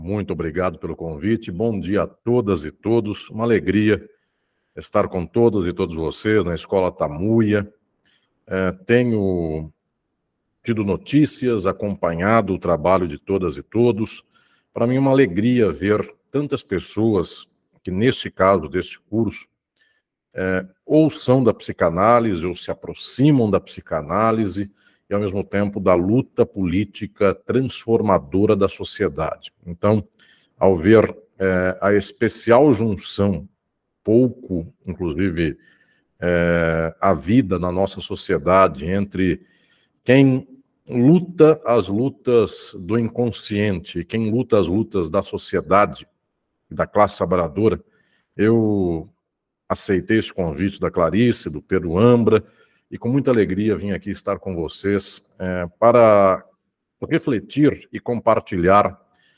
Muito obrigado pelo convite. Bom dia a todas e todos. Uma alegria estar com todas e todos vocês na Escola Tamuia. Tenho tido notícias, acompanhado o trabalho de todas e todos. Para mim é uma alegria ver tantas pessoas que, neste caso, deste curso, ou são da psicanálise, ou se aproximam da psicanálise, e, ao mesmo tempo, da luta política transformadora da sociedade. Então, ao ver a especial junção, pouco, inclusive, a vida na nossa sociedade, entre quem luta as lutas do inconsciente e quem luta as lutas da sociedade, da classe trabalhadora, eu aceitei esse convite da Clarice, do Pedro Ambra, e com muita alegria vim aqui estar com vocês para refletir e compartilhar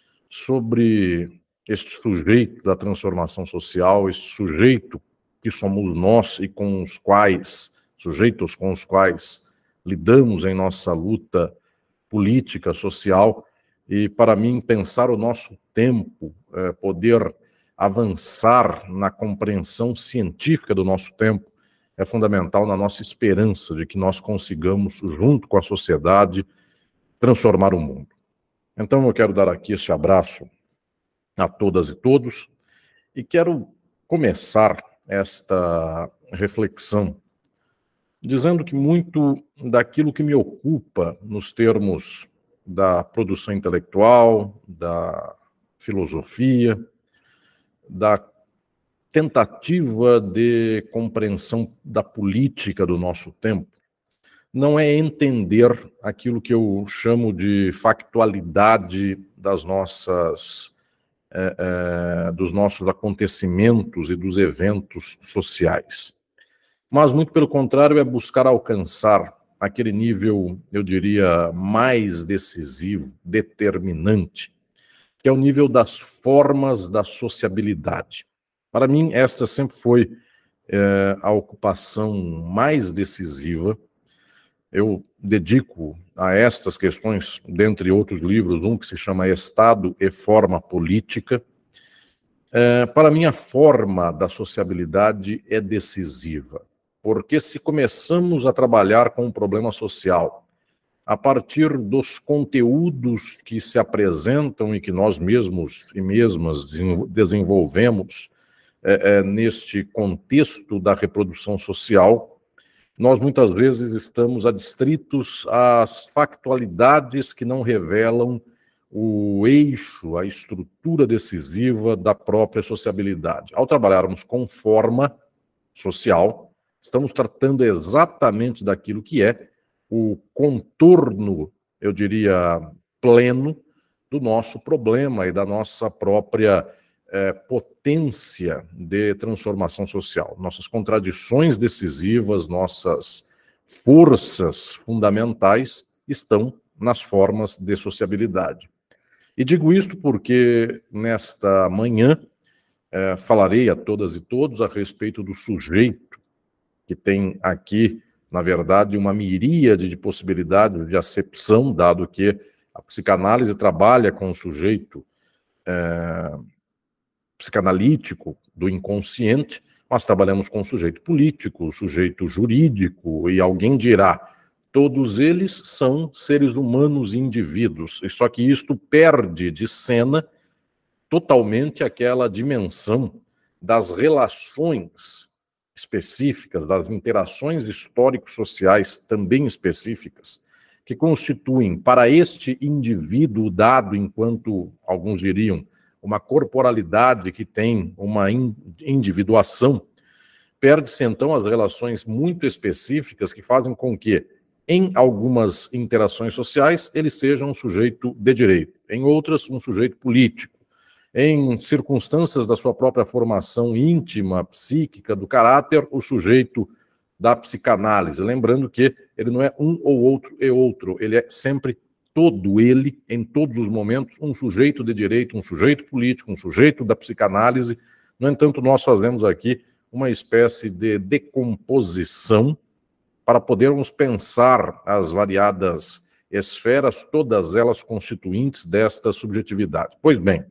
sobre este sujeito da transformação social, este sujeito que somos nós e com os quais, sujeitos com os quais lidamos em nossa luta política, social, e para mim pensar o nosso tempo, poder avançar na compreensão científica do nosso tempo, é fundamental na nossa esperança de que nós consigamos, junto com a sociedade, transformar o mundo. Então eu quero dar aqui este abraço a todas e todos e quero começar esta reflexão dizendo que muito daquilo que me ocupa nos termos da produção intelectual, da filosofia, da tentativa de compreensão da política do nosso tempo, não é entender aquilo que eu chamo de factualidade das nossas, dos nossos acontecimentos e dos eventos sociais. Mas, muito pelo contrário, é buscar alcançar aquele nível, eu diria, mais decisivo, determinante, que é o nível das formas da sociabilidade. Para mim, esta sempre foi a ocupação mais decisiva. Eu dedico a estas questões, dentre outros livros, um que se chama Estado e Forma Política. Para mim, a forma da sociabilidade é decisiva, porque se começamos a trabalhar com um problema social a partir dos conteúdos que se apresentam e que nós mesmos e mesmas desenvolvemos neste contexto da reprodução social, nós muitas vezes estamos adstritos às factualidades que não revelam o eixo, a estrutura decisiva da própria sociabilidade. Ao trabalharmos com forma social, estamos tratando exatamente daquilo que é o contorno, eu diria, pleno do nosso problema e da nossa própria potência de transformação social. Nossas contradições decisivas, nossas forças fundamentais estão nas formas de sociabilidade. E digo isto porque nesta manhã falarei a todas e todos a respeito do sujeito, que tem aqui, na verdade, uma miríade de possibilidades de acepção, dado que a psicanálise trabalha com o sujeito psicanalítico do inconsciente, mas trabalhamos com o sujeito político, o sujeito jurídico, e alguém dirá, todos eles são seres humanos e indivíduos, só que isto perde de cena totalmente aquela dimensão das relações específicas, das interações histórico-sociais também específicas, que constituem para este indivíduo dado enquanto, alguns diriam, uma corporalidade que tem uma individuação, perde-se então as relações muito específicas que fazem com que, em algumas interações sociais, ele seja um sujeito de direito, em outras, um sujeito político, em circunstâncias da sua própria formação íntima, psíquica, do caráter, o sujeito da psicanálise. Lembrando que ele não é um ou outro e outro, ele é sempre todo ele, em todos os momentos, um sujeito de direito, um sujeito político, um sujeito da psicanálise. No entanto, nós fazemos aqui uma espécie de decomposição para podermos pensar as variadas esferas, todas elas constituintes desta subjetividade. Pois bem,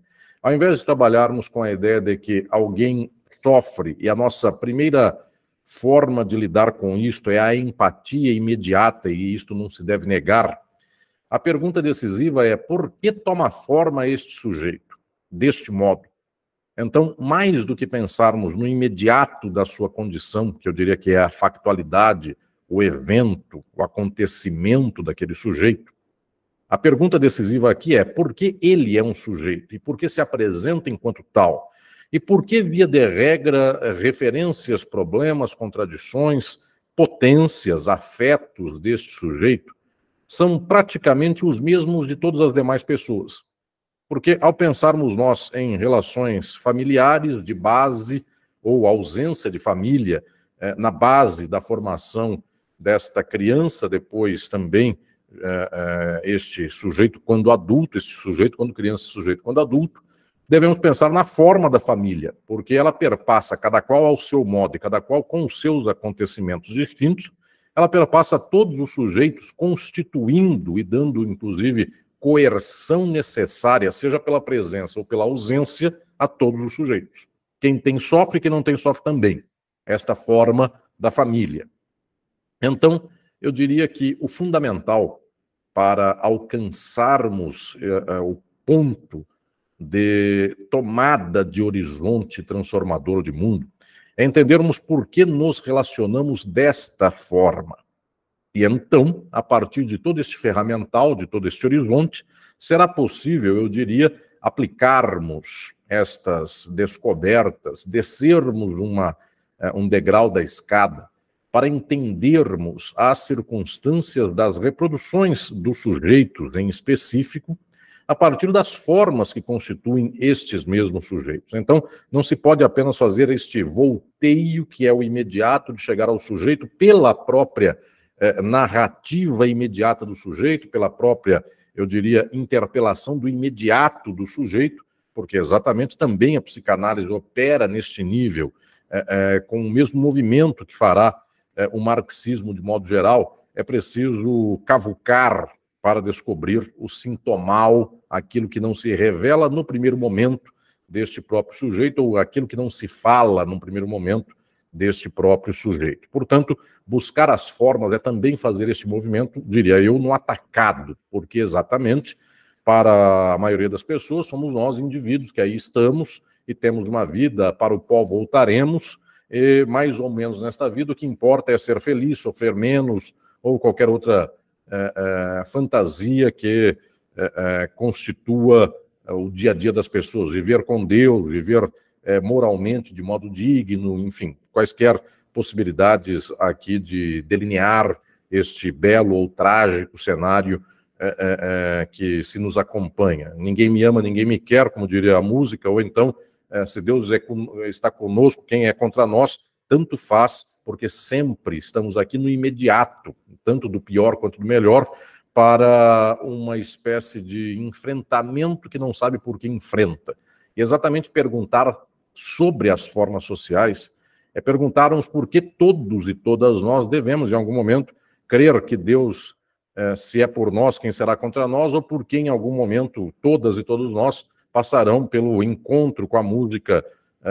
Ao invés de trabalharmos com a ideia de que alguém sofre e a nossa primeira forma de lidar com isto é a empatia imediata, e isto não se deve negar, a pergunta decisiva é: por que toma forma este sujeito deste modo? Então, mais do que pensarmos no imediato da sua condição, que eu diria que é a factualidade, o evento, o acontecimento daquele sujeito, a pergunta decisiva aqui é: por que ele é um sujeito? E por que se apresenta enquanto tal? E por que, via de regra, referências, problemas, contradições, potências, afetos deste sujeito são praticamente os mesmos de todas as demais pessoas? Porque ao pensarmos nós em relações familiares de base ou ausência de família, na base da formação desta criança, depois também este sujeito quando adulto, este sujeito quando criança, sujeito quando adulto, devemos pensar na forma da família, porque ela perpassa, cada qual ao seu modo e cada qual com os seus acontecimentos distintos, ela perpassa todos os sujeitos, constituindo e dando, inclusive, coerção necessária, seja pela presença ou pela ausência, a todos os sujeitos. Quem tem sofre, quem não tem sofre também. Esta forma da família. Então, eu diria que o fundamental para alcançarmos o ponto de tomada de horizonte transformador de mundo é entendermos por que nos relacionamos desta forma. E então, a partir de todo este ferramental, de todo este horizonte, será possível, eu diria, aplicarmos estas descobertas, descermos um degrau da escada, para entendermos as circunstâncias das reproduções dos sujeitos em específico, a partir das formas que constituem estes mesmos sujeitos. Então, não se pode apenas fazer este volteio, que é o imediato de chegar ao sujeito, pela própria narrativa imediata do sujeito, pela própria, eu diria, interpelação do imediato do sujeito, porque exatamente também a psicanálise opera neste nível, com o mesmo movimento que fará o marxismo de modo geral. É preciso cavucar para descobrir o sintomal, aquilo que não se revela no primeiro momento deste próprio sujeito, ou aquilo que não se fala no primeiro momento deste próprio sujeito. Portanto, buscar as formas é também fazer este movimento, diria eu, no atacado, porque exatamente, para a maioria das pessoas, somos nós indivíduos que aí estamos e temos uma vida para o qual voltaremos, e mais ou menos nesta vida o que importa é ser feliz, sofrer menos, ou qualquer outra fantasia que constitua o dia a dia das pessoas, viver com Deus, viver moralmente de modo digno, enfim, quaisquer possibilidades aqui de delinear este belo ou trágico cenário que se nos acompanha. Ninguém me ama, ninguém me quer, como diria a música, ou então, se Deus está conosco, quem é contra nós, tanto faz, porque sempre estamos aqui no imediato, tanto do pior quanto do melhor, para uma espécie de enfrentamento que não sabe por que enfrenta. E exatamente perguntar sobre as formas sociais é perguntarmos por que todos e todas nós devemos, em algum momento, crer que Deus, se é por nós, quem será contra nós, ou porque em algum momento todas e todos nós passarão pelo encontro com a música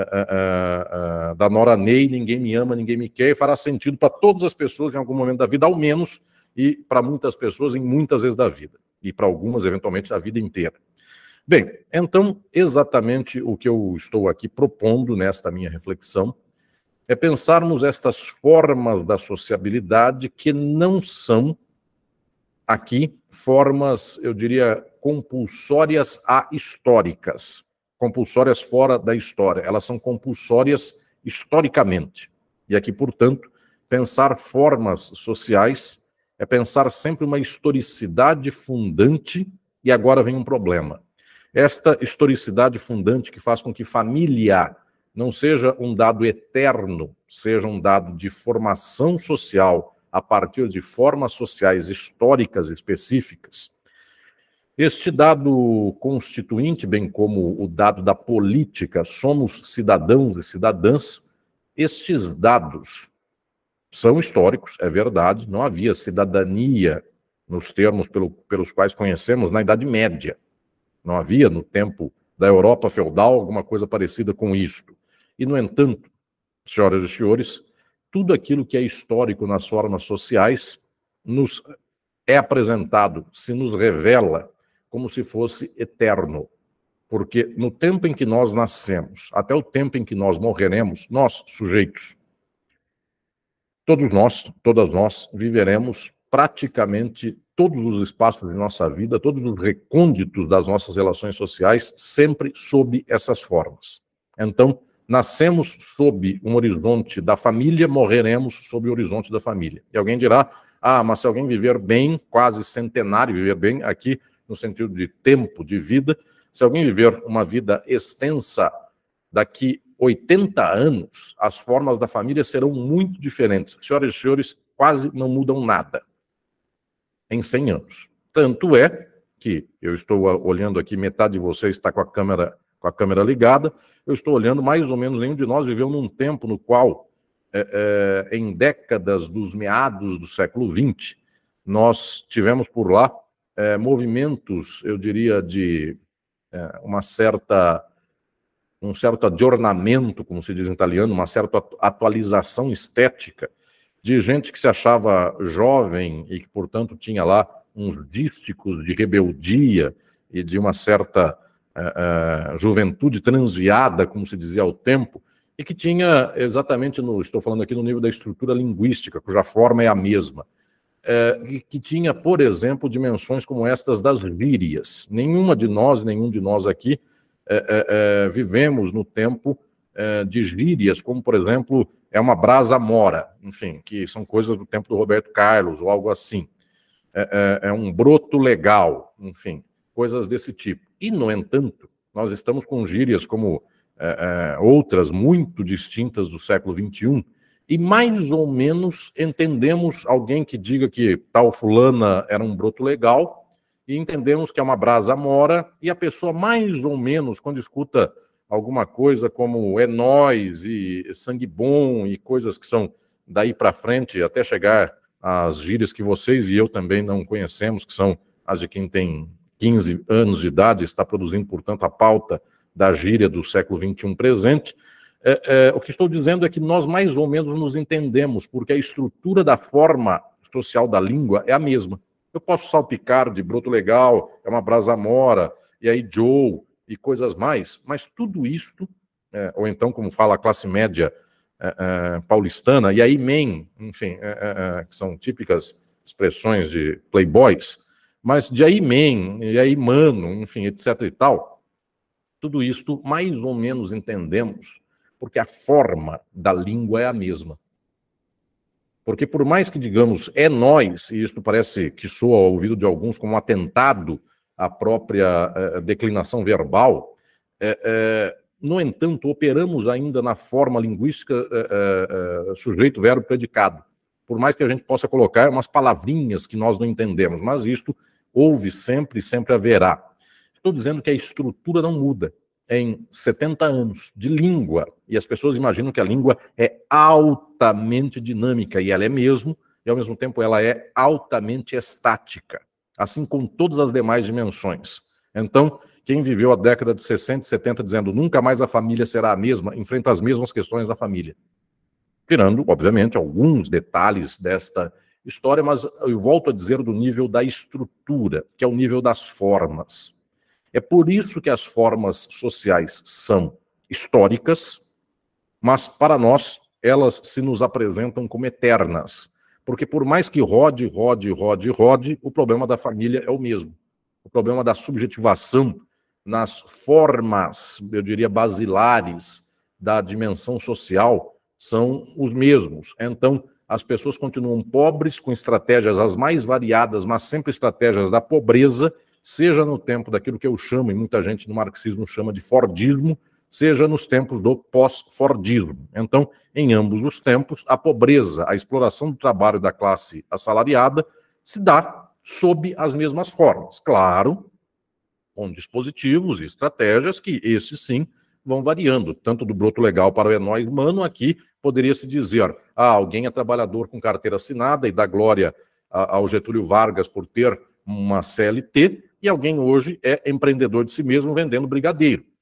da Nora Ney, Ninguém Me Ama, Ninguém Me Quer, e fará sentido para todas as pessoas em algum momento da vida, ao menos, e para muitas pessoas em muitas vezes da vida, e para algumas, eventualmente, a vida inteira. Bem, então, exatamente o que eu estou aqui propondo nesta minha reflexão é pensarmos estas formas da sociabilidade que não são, aqui, formas, eu diria, compulsórias ahistóricas, compulsórias fora da história, elas são compulsórias historicamente. E aqui, portanto, pensar formas sociais é pensar sempre uma historicidade fundante, e agora vem um problema. Esta historicidade fundante que faz com que família não seja um dado eterno, seja um dado de formação social a partir de formas sociais históricas específicas. Este dado constituinte, bem como o dado da política, somos cidadãos e cidadãs, estes dados são históricos, é verdade, não havia cidadania nos termos pelos quais conhecemos na Idade Média. Não havia no tempo da Europa feudal, alguma coisa parecida com isto. E, no entanto, senhoras e senhores, tudo aquilo que é histórico nas formas sociais nos é apresentado, se nos revela como se fosse eterno. Porque no tempo em que nós nascemos, até o tempo em que nós morreremos, nós, sujeitos, todos nós, todas nós, viveremos praticamente todos os espaços de nossa vida, todos os recônditos das nossas relações sociais, sempre sob essas formas. Então, nascemos sob um horizonte da família, morreremos sob o horizonte da família. E alguém dirá, mas se alguém viver bem, quase centenário, viver bem aqui no sentido de tempo de vida, se alguém viver uma vida extensa, daqui 80 anos, as formas da família serão muito diferentes. Senhoras e senhores, quase não mudam nada em 100 anos. Tanto é que eu estou olhando aqui, metade de vocês está com a câmera ligada, eu estou olhando, mais ou menos, nenhum de nós viveu num tempo no qual, em décadas dos meados do século XX, nós tivemos por lá movimentos, eu diria, de um certo aggiornamento, como se diz em italiano, uma certa atualização estética de gente que se achava jovem e que, portanto, tinha lá uns dísticos de rebeldia e de uma certa juventude transviada, como se dizia ao tempo, e que tinha exatamente, estou falando aqui no nível da estrutura linguística, cuja forma é a mesma, que tinha, por exemplo, dimensões como estas das gírias. Nenhum de nós aqui vivemos no tempo de gírias, como, por exemplo, uma brasa mora, enfim, que são coisas do tempo do Roberto Carlos, ou algo assim. Um broto legal, enfim, coisas desse tipo. E, no entanto, nós estamos com gírias como outras muito distintas do século XXI, e mais ou menos entendemos alguém que diga que tal fulana era um broto legal, e entendemos que é uma brasa mora, e a pessoa mais ou menos, quando escuta alguma coisa como é nóis e sangue bom e coisas que são daí para frente, até chegar às gírias que vocês e eu também não conhecemos, que são as de quem tem 15 anos de idade, está produzindo, portanto, a pauta da gíria do século XXI presente. O que estou dizendo é que nós mais ou menos nos entendemos, porque a estrutura da forma social da língua é a mesma. Eu posso salpicar de broto legal, é uma brasa mora, e aí Joe, e coisas mais, mas tudo isto, ou então, como fala a classe média paulistana, e aí man, enfim, que são típicas expressões de playboys, mas de aí man, e aí mano, enfim, etc e tal, tudo isto mais ou menos entendemos, porque a forma da língua é a mesma. Porque por mais que digamos é nós, e isto parece que soa ao ouvido de alguns como um atentado à própria declinação verbal, no entanto, operamos ainda na forma linguística sujeito, verbo, predicado. Por mais que a gente possa colocar umas palavrinhas que nós não entendemos, mas isto houve sempre e sempre haverá. Estou dizendo que a estrutura não muda. Em 70 anos de língua, e as pessoas imaginam que a língua é altamente dinâmica, e ela é mesmo, e ao mesmo tempo ela é altamente estática, assim como todas as demais dimensões. Então, quem viveu a década de 60 e 70 dizendo nunca mais a família será a mesma, enfrenta as mesmas questões da família. Tirando, obviamente, alguns detalhes desta história, mas eu volto a dizer do nível da estrutura, que é o nível das formas. É por isso que as formas sociais são históricas, mas para nós elas se nos apresentam como eternas. Porque por mais que rode, o problema da família é o mesmo. O problema da subjetivação nas formas, eu diria, basilares da dimensão social são os mesmos. Então, as pessoas continuam pobres, com estratégias as mais variadas, mas sempre estratégias da pobreza, seja no tempo daquilo que eu chamo, e muita gente no marxismo chama de Fordismo, seja nos tempos do pós-Fordismo. Então, em ambos os tempos, a pobreza, a exploração do trabalho da classe assalariada se dá sob as mesmas formas. Claro, com dispositivos e estratégias que, esses sim, vão variando. Tanto do broto legal para o é nóis mano, aqui poderia-se dizer, alguém é trabalhador com carteira assinada e dá glória ao Getúlio Vargas por ter uma CLT, e alguém hoje é empreendedor de si mesmo vendendo brigadeiro.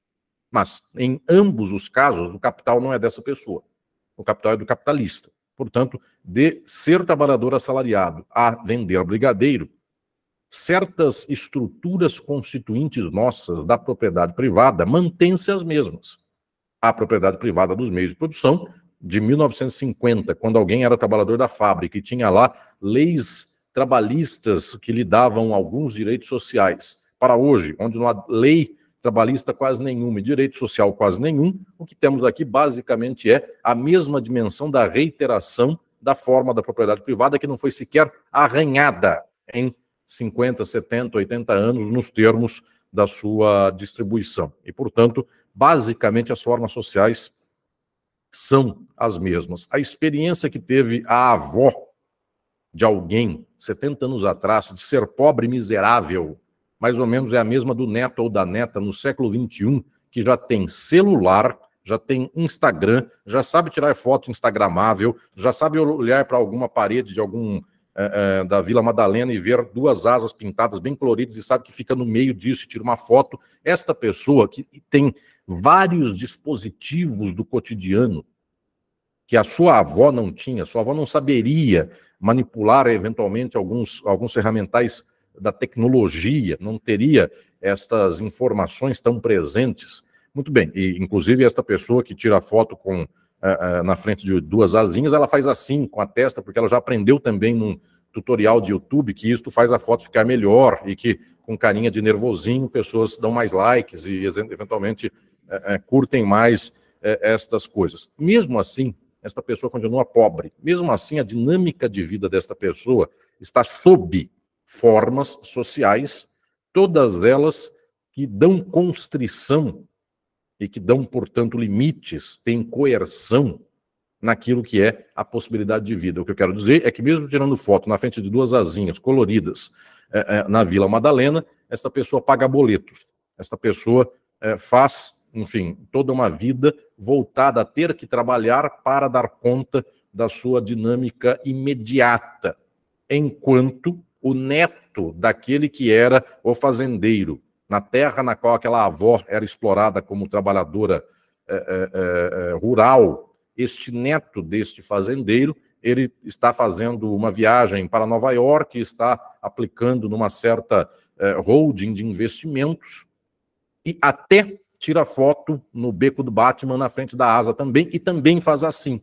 Mas, em ambos os casos, o capital não é dessa pessoa. O capital é do capitalista. Portanto, de ser trabalhador assalariado a vender brigadeiro, certas estruturas constituintes nossas da propriedade privada mantêm-se as mesmas. A propriedade privada dos meios de produção, de 1950, quando alguém era trabalhador da fábrica e tinha lá leis trabalhistas que lhe davam alguns direitos sociais. Para hoje, onde não há lei trabalhista quase nenhuma e direito social quase nenhum, o que temos aqui basicamente é a mesma dimensão da reiteração da forma da propriedade privada que não foi sequer arranhada em 50, 70, 80 anos nos termos da sua distribuição. E, portanto, basicamente as formas sociais são as mesmas. A experiência que teve a avó de alguém 70 anos atrás de ser pobre e miserável, mais ou menos é a mesma do neto ou da neta no século XXI, que já tem celular, já tem Instagram, já sabe tirar foto instagramável, já sabe olhar para alguma parede de algum da Vila Madalena e ver duas asas pintadas bem coloridas e sabe que fica no meio disso e tira uma foto. Esta pessoa que tem vários dispositivos do cotidiano que a sua avó não tinha, sua avó não saberia manipular eventualmente alguns ferramentais da tecnologia, não teria estas informações tão presentes. Muito bem, e inclusive esta pessoa que tira a foto com na frente de duas asinhas, ela faz assim com a testa, porque ela já aprendeu também num tutorial de YouTube que isto faz a foto ficar melhor e que com carinha de nervosinho pessoas dão mais likes e eventualmente curtem mais estas coisas. Mesmo assim, esta pessoa continua pobre. Mesmo assim, a dinâmica de vida desta pessoa está sob formas sociais, todas elas que dão constrição e que dão, portanto, limites, têm coerção naquilo que é a possibilidade de vida. O que eu quero dizer é que mesmo tirando foto na frente de duas asinhas coloridas na Vila Madalena, esta pessoa paga boletos. Esta pessoa faz, enfim, toda uma vida voltada a ter que trabalhar para dar conta da sua dinâmica imediata, enquanto o neto daquele que era o fazendeiro, na terra na qual aquela avó era explorada como trabalhadora rural, este neto deste fazendeiro, ele está fazendo uma viagem para Nova York, está aplicando numa certa holding de investimentos e até tira foto no beco do Batman na frente da asa também, e também faz assim.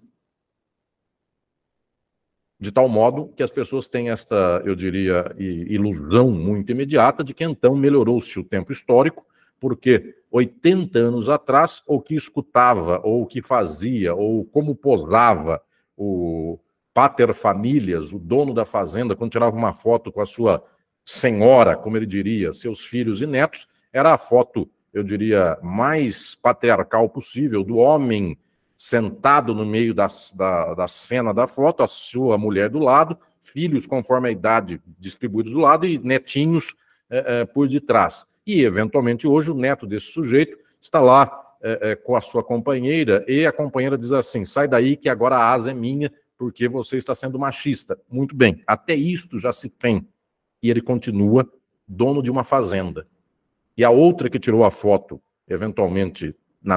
De tal modo que as pessoas têm esta, eu diria, ilusão muito imediata de que então melhorou-se o tempo histórico, porque 80 anos atrás, o que escutava, ou o que fazia, ou como posava o pater familias, o dono da fazenda, quando tirava uma foto com a sua senhora, como ele diria, seus filhos e netos, era a foto, eu diria, mais patriarcal possível, do homem sentado no meio da cena da foto, a sua mulher do lado, filhos conforme a idade distribuídos do lado e netinhos por detrás. E, eventualmente, hoje o neto desse sujeito está lá com a sua companheira e a companheira diz assim, sai daí que agora a asa é minha porque você está sendo machista. Muito bem, até isto já se tem. E ele continua dono de uma fazenda. E a outra que tirou a foto, eventualmente,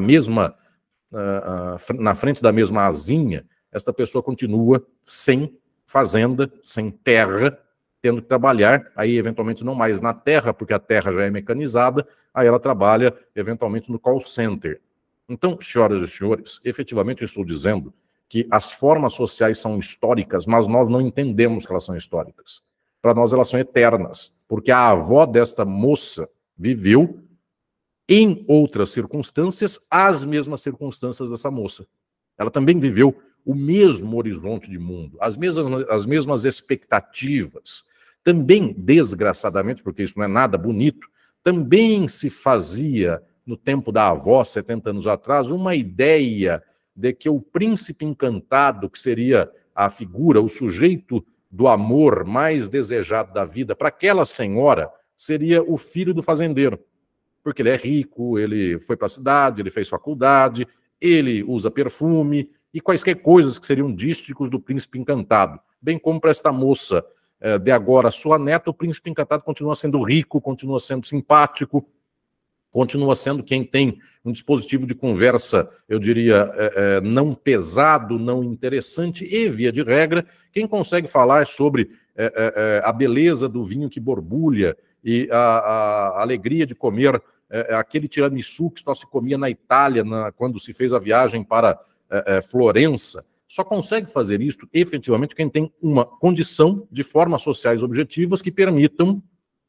na frente da mesma asinha, esta pessoa continua sem fazenda, sem terra, tendo que trabalhar, aí eventualmente não mais na terra, porque a terra já é mecanizada, aí ela trabalha eventualmente no call center. Então, senhoras e senhores, efetivamente eu estou dizendo que as formas sociais são históricas, mas nós não entendemos que elas são históricas. Para nós elas são eternas, porque a avó desta moça viveu em outras circunstâncias, as mesmas circunstâncias dessa moça. Ela também viveu o mesmo horizonte de mundo, as mesmas expectativas. Também, desgraçadamente, porque isso não é nada bonito, também se fazia, no tempo da avó, 70 anos atrás, uma ideia de que o príncipe encantado, que seria a figura, o sujeito do amor mais desejado da vida, para aquela senhora, seria o filho do fazendeiro. Porque ele é rico, ele foi para a cidade, ele fez faculdade, ele usa perfume e quaisquer coisas que seriam dísticos do príncipe encantado. Bem como para esta moça de agora, sua neta, o príncipe encantado continua sendo rico, continua sendo simpático, continua sendo quem tem um dispositivo de conversa, eu diria, não pesado, não interessante, e, via de regra, quem consegue falar sobre a beleza do vinho que borbulha e a alegria de comer aquele tiramisu que só se comia na Itália, quando se fez a viagem para Florença, só consegue fazer isso, efetivamente, quem tem uma condição de formas sociais objetivas que permitam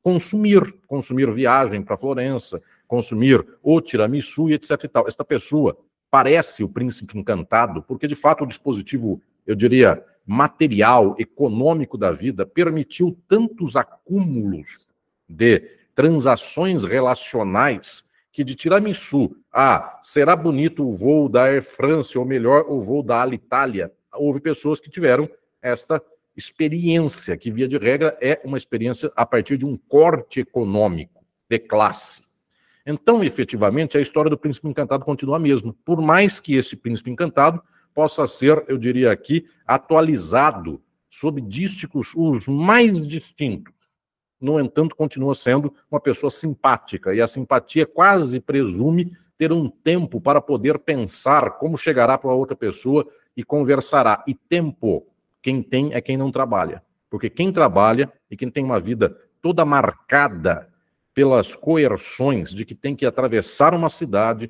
consumir viagem para Florença, consumir o tiramisu e etc e tal. Esta pessoa parece o príncipe encantado, porque, de fato, o dispositivo, eu diria, material, econômico da vida permitiu tantos acúmulos de transações relacionais que de tiramisu será bonito o voo da Air France, ou melhor, o voo da Alitalia. Houve pessoas que tiveram esta experiência, que, via de regra, é uma experiência a partir de um corte econômico, de classe. Então, efetivamente, a história do Príncipe Encantado continua a mesma. Por mais que esse Príncipe Encantado possa ser, eu diria aqui, atualizado sob dísticos os mais distintos. No entanto, continua sendo uma pessoa simpática, e a simpatia quase presume ter um tempo para poder pensar como chegará para outra pessoa e conversará. E tempo, quem tem é quem não trabalha. Porque quem trabalha e quem tem uma vida toda marcada pelas coerções de que tem que atravessar uma cidade,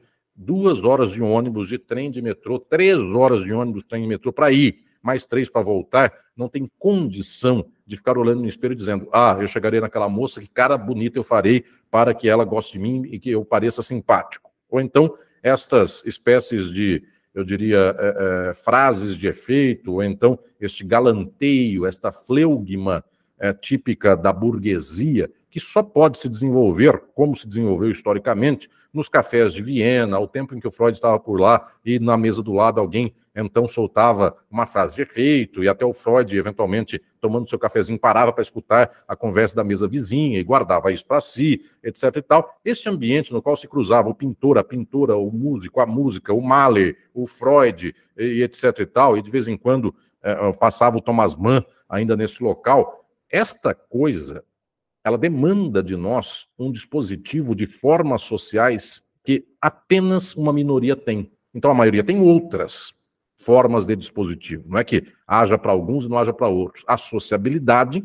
2 horas de ônibus, de trem, de metrô, 3 horas de ônibus, trem e metrô para ir, mais 3 para voltar, não tem condição de ficar olhando no espelho dizendo: eu chegarei naquela moça, que cara bonita eu farei para que ela goste de mim e que eu pareça simpático. Ou então, estas espécies de, eu diria, frases de efeito, ou então este galanteio, esta fleugma típica da burguesia, que só pode se desenvolver, como se desenvolveu historicamente, nos cafés de Viena, ao tempo em que o Freud estava por lá e na mesa do lado alguém então soltava uma frase de efeito, e até o Freud, eventualmente, tomando seu cafezinho, parava para escutar a conversa da mesa vizinha e guardava isso para si, etc e tal. Este ambiente no qual se cruzava o pintor, a pintora, o músico, a música, o Mahler, o Freud, e etc e tal, e de vez em quando passava o Thomas Mann ainda nesse local. Esta coisa, ela demanda de nós um dispositivo de formas sociais que apenas uma minoria tem. Então a maioria tem outras formas de dispositivo. Não é que haja para alguns e não haja para outros. A sociabilidade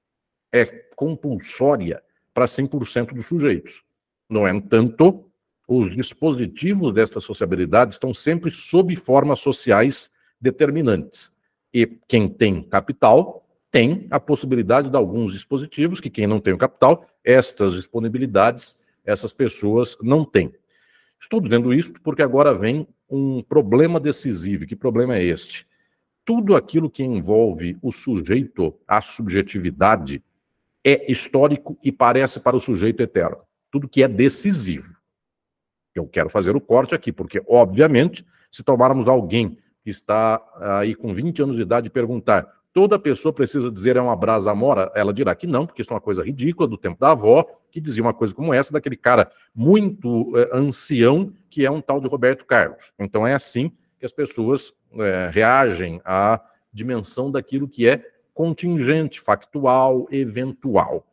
é compulsória para 100% dos sujeitos. No entanto, os dispositivos dessa sociabilidade estão sempre sob formas sociais determinantes. E quem tem capital tem a possibilidade de alguns dispositivos que quem não tem o capital, estas disponibilidades, essas pessoas não têm. Estou dizendo isso porque agora vem um problema decisivo. E que problema é este? Tudo aquilo que envolve o sujeito, a subjetividade, é histórico e parece para o sujeito eterno. Tudo que é decisivo. Eu quero fazer o corte aqui, porque, obviamente, se tomarmos alguém que está aí com 20 anos de idade e perguntar: toda pessoa precisa dizer é uma brasa amora? Ela dirá que não, porque isso é uma coisa ridícula do tempo da avó, que dizia uma coisa como essa, daquele cara muito ancião, que é um tal de Roberto Carlos. Então é assim que as pessoas reagem à dimensão daquilo que é contingente, factual, eventual.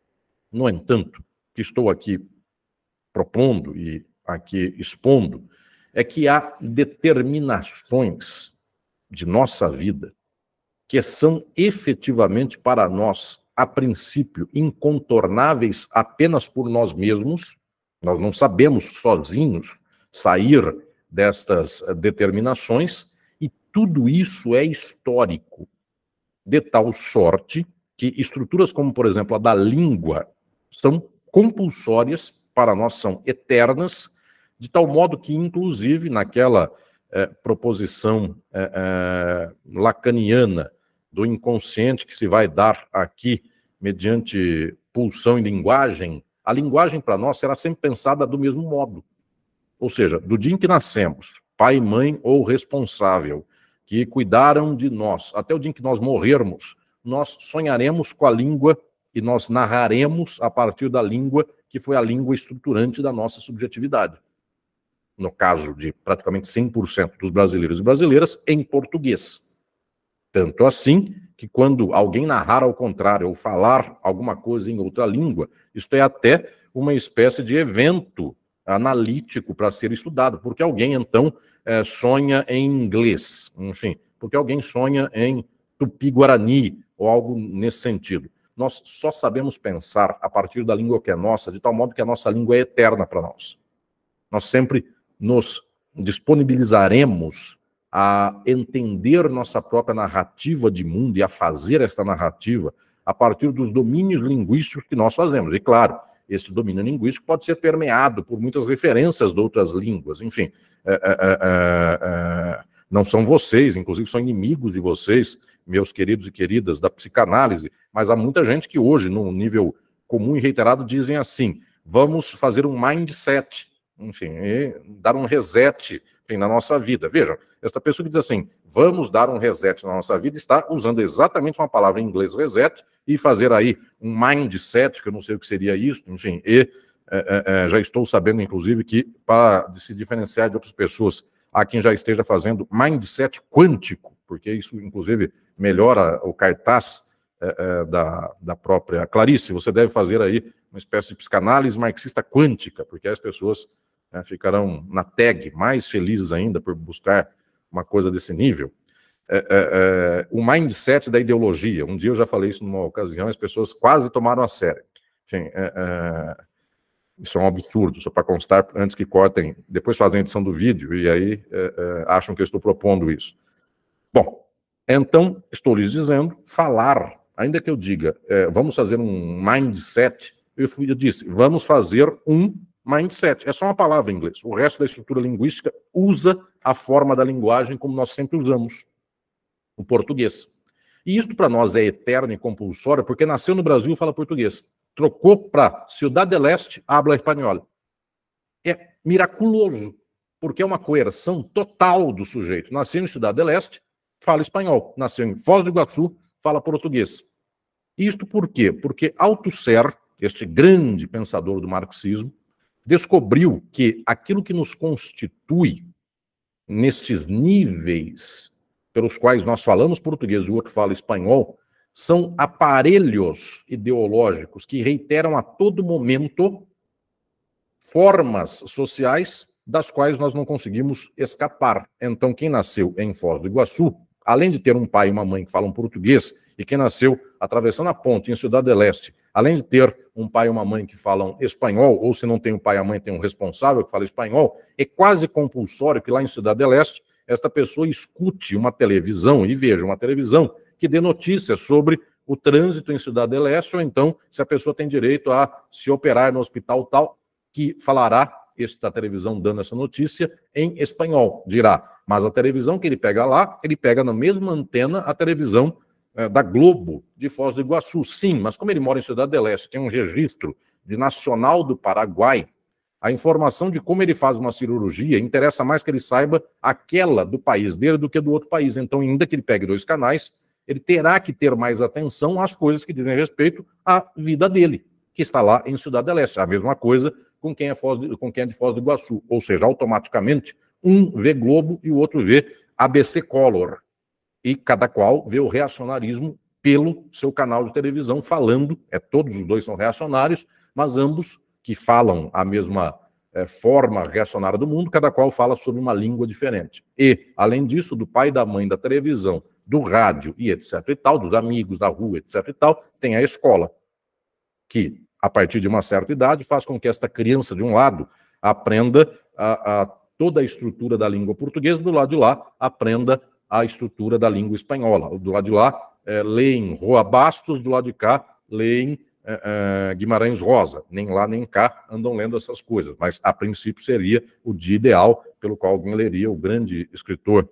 No entanto, o que estou aqui propondo e aqui expondo é que há determinações de nossa vida que são efetivamente para nós, a princípio, incontornáveis apenas por nós mesmos. Nós não sabemos sozinhos sair destas determinações, e tudo isso é histórico, de tal sorte que estruturas como, por exemplo, a da língua, são compulsórias para nós, são eternas, de tal modo que, inclusive, naquela proposição lacaniana do inconsciente que se vai dar aqui mediante pulsão e linguagem, a linguagem para nós será sempre pensada do mesmo modo. Ou seja, do dia em que nascemos, pai, mãe ou responsável, que cuidaram de nós, até o dia em que nós morrermos, nós sonharemos com a língua e nós narraremos a partir da língua, que foi a língua estruturante da nossa subjetividade. No caso de praticamente 100% dos brasileiros e brasileiras, em português. Tanto assim que quando alguém narrar ao contrário ou falar alguma coisa em outra língua, isto é até uma espécie de evento analítico para ser estudado, porque alguém, então, sonha em inglês, enfim, porque alguém sonha em tupi-guarani, ou algo nesse sentido. Nós só sabemos pensar a partir da língua que é nossa, de tal modo que a nossa língua é eterna para nós. Nós sempre nos disponibilizaremos a entender nossa própria narrativa de mundo e a fazer esta narrativa a partir dos domínios linguísticos que nós fazemos. E, claro, esse domínio linguístico pode ser permeado por muitas referências de outras línguas. Enfim, não são vocês, inclusive são inimigos de vocês, meus queridos e queridas da psicanálise, mas há muita gente que hoje, num nível comum e reiterado, dizem assim: vamos fazer um mindset, enfim, dar um reset, enfim, na nossa vida. Vejam, esta pessoa que diz assim, vamos dar um reset na nossa vida, está usando exatamente uma palavra em inglês, reset, e fazer aí um mindset, que eu não sei o que seria isso, enfim, já estou sabendo, inclusive, que para se diferenciar de outras pessoas, há quem já esteja fazendo mindset quântico, porque isso, inclusive, melhora o cartaz da própria Clarice. Você deve fazer aí uma espécie de psicanálise marxista quântica, porque as pessoas ficarão na tag mais felizes ainda por buscar uma coisa desse nível. O mindset da ideologia. Um dia eu já falei isso numa ocasião, as pessoas quase tomaram a sério. Enfim, isso é um absurdo, só para constar, antes que cortem, depois fazem a edição do vídeo, e aí acham que eu estou propondo isso. Bom, então, estou lhes dizendo, falar, ainda que eu diga, vamos fazer um mindset, eu disse, vamos fazer um mindset. É só uma palavra em inglês. O resto da estrutura linguística usa a forma da linguagem como nós sempre usamos, o português. E isso para nós é eterno e compulsório, porque nasceu no Brasil e fala português. Trocou para Ciudad del Este, habla espanhol. É miraculoso, porque é uma coerção total do sujeito. Nasceu em Ciudad del Este, fala espanhol. Nasceu em Foz do Iguaçu, fala português. Isto por quê? Porque Althusser, este grande pensador do marxismo, descobriu que aquilo que nos constitui nestes níveis pelos quais nós falamos português e o outro fala espanhol, são aparelhos ideológicos que reiteram a todo momento formas sociais das quais nós não conseguimos escapar. Então, quem nasceu em Foz do Iguaçu, além de ter um pai e uma mãe que falam português, e quem nasceu atravessando a ponte em Ciudad del Este, além de ter um pai e uma mãe que falam espanhol, ou se não tem um pai e a mãe, tem um responsável que fala espanhol, é quase compulsório que lá em Ciudad del Este, esta pessoa escute uma televisão e veja uma televisão que dê notícias sobre o trânsito em Ciudad del Este, ou então se a pessoa tem direito a se operar no hospital tal, que falará, esta televisão dando essa notícia, em espanhol, dirá. Mas a televisão que ele pega lá, ele pega na mesma antena a televisão da Globo de Foz do Iguaçu. Sim, mas como ele mora em Ciudad del Este, tem um registro de Nacional do Paraguai, a informação de como ele faz uma cirurgia interessa mais que ele saiba aquela do país dele do que do outro país. Então, ainda que ele pegue 2 canais, ele terá que ter mais atenção às coisas que dizem respeito à vida dele, que está lá em Ciudad del Este. A mesma coisa com quem é de Foz do Iguaçu. Ou seja, automaticamente, um vê Globo e o outro vê ABC Color. E cada qual vê o reacionarismo pelo seu canal de televisão falando, todos os dois são reacionários, mas ambos que falam a mesma forma reacionária do mundo, cada qual fala sobre uma língua diferente. E, além disso, do pai e da mãe da televisão, do rádio e etc e tal, dos amigos da rua, etc e tal, tem a escola, que, a partir de uma certa idade, faz com que esta criança, de um lado, aprenda toda a estrutura da língua portuguesa, do lado de lá, aprenda a estrutura da língua espanhola. Do lado de lá, leem Roa Bastos, do lado de cá, leem Guimarães Rosa. Nem lá nem cá andam lendo essas coisas, mas a princípio seria o dia ideal pelo qual alguém leria o grande escritor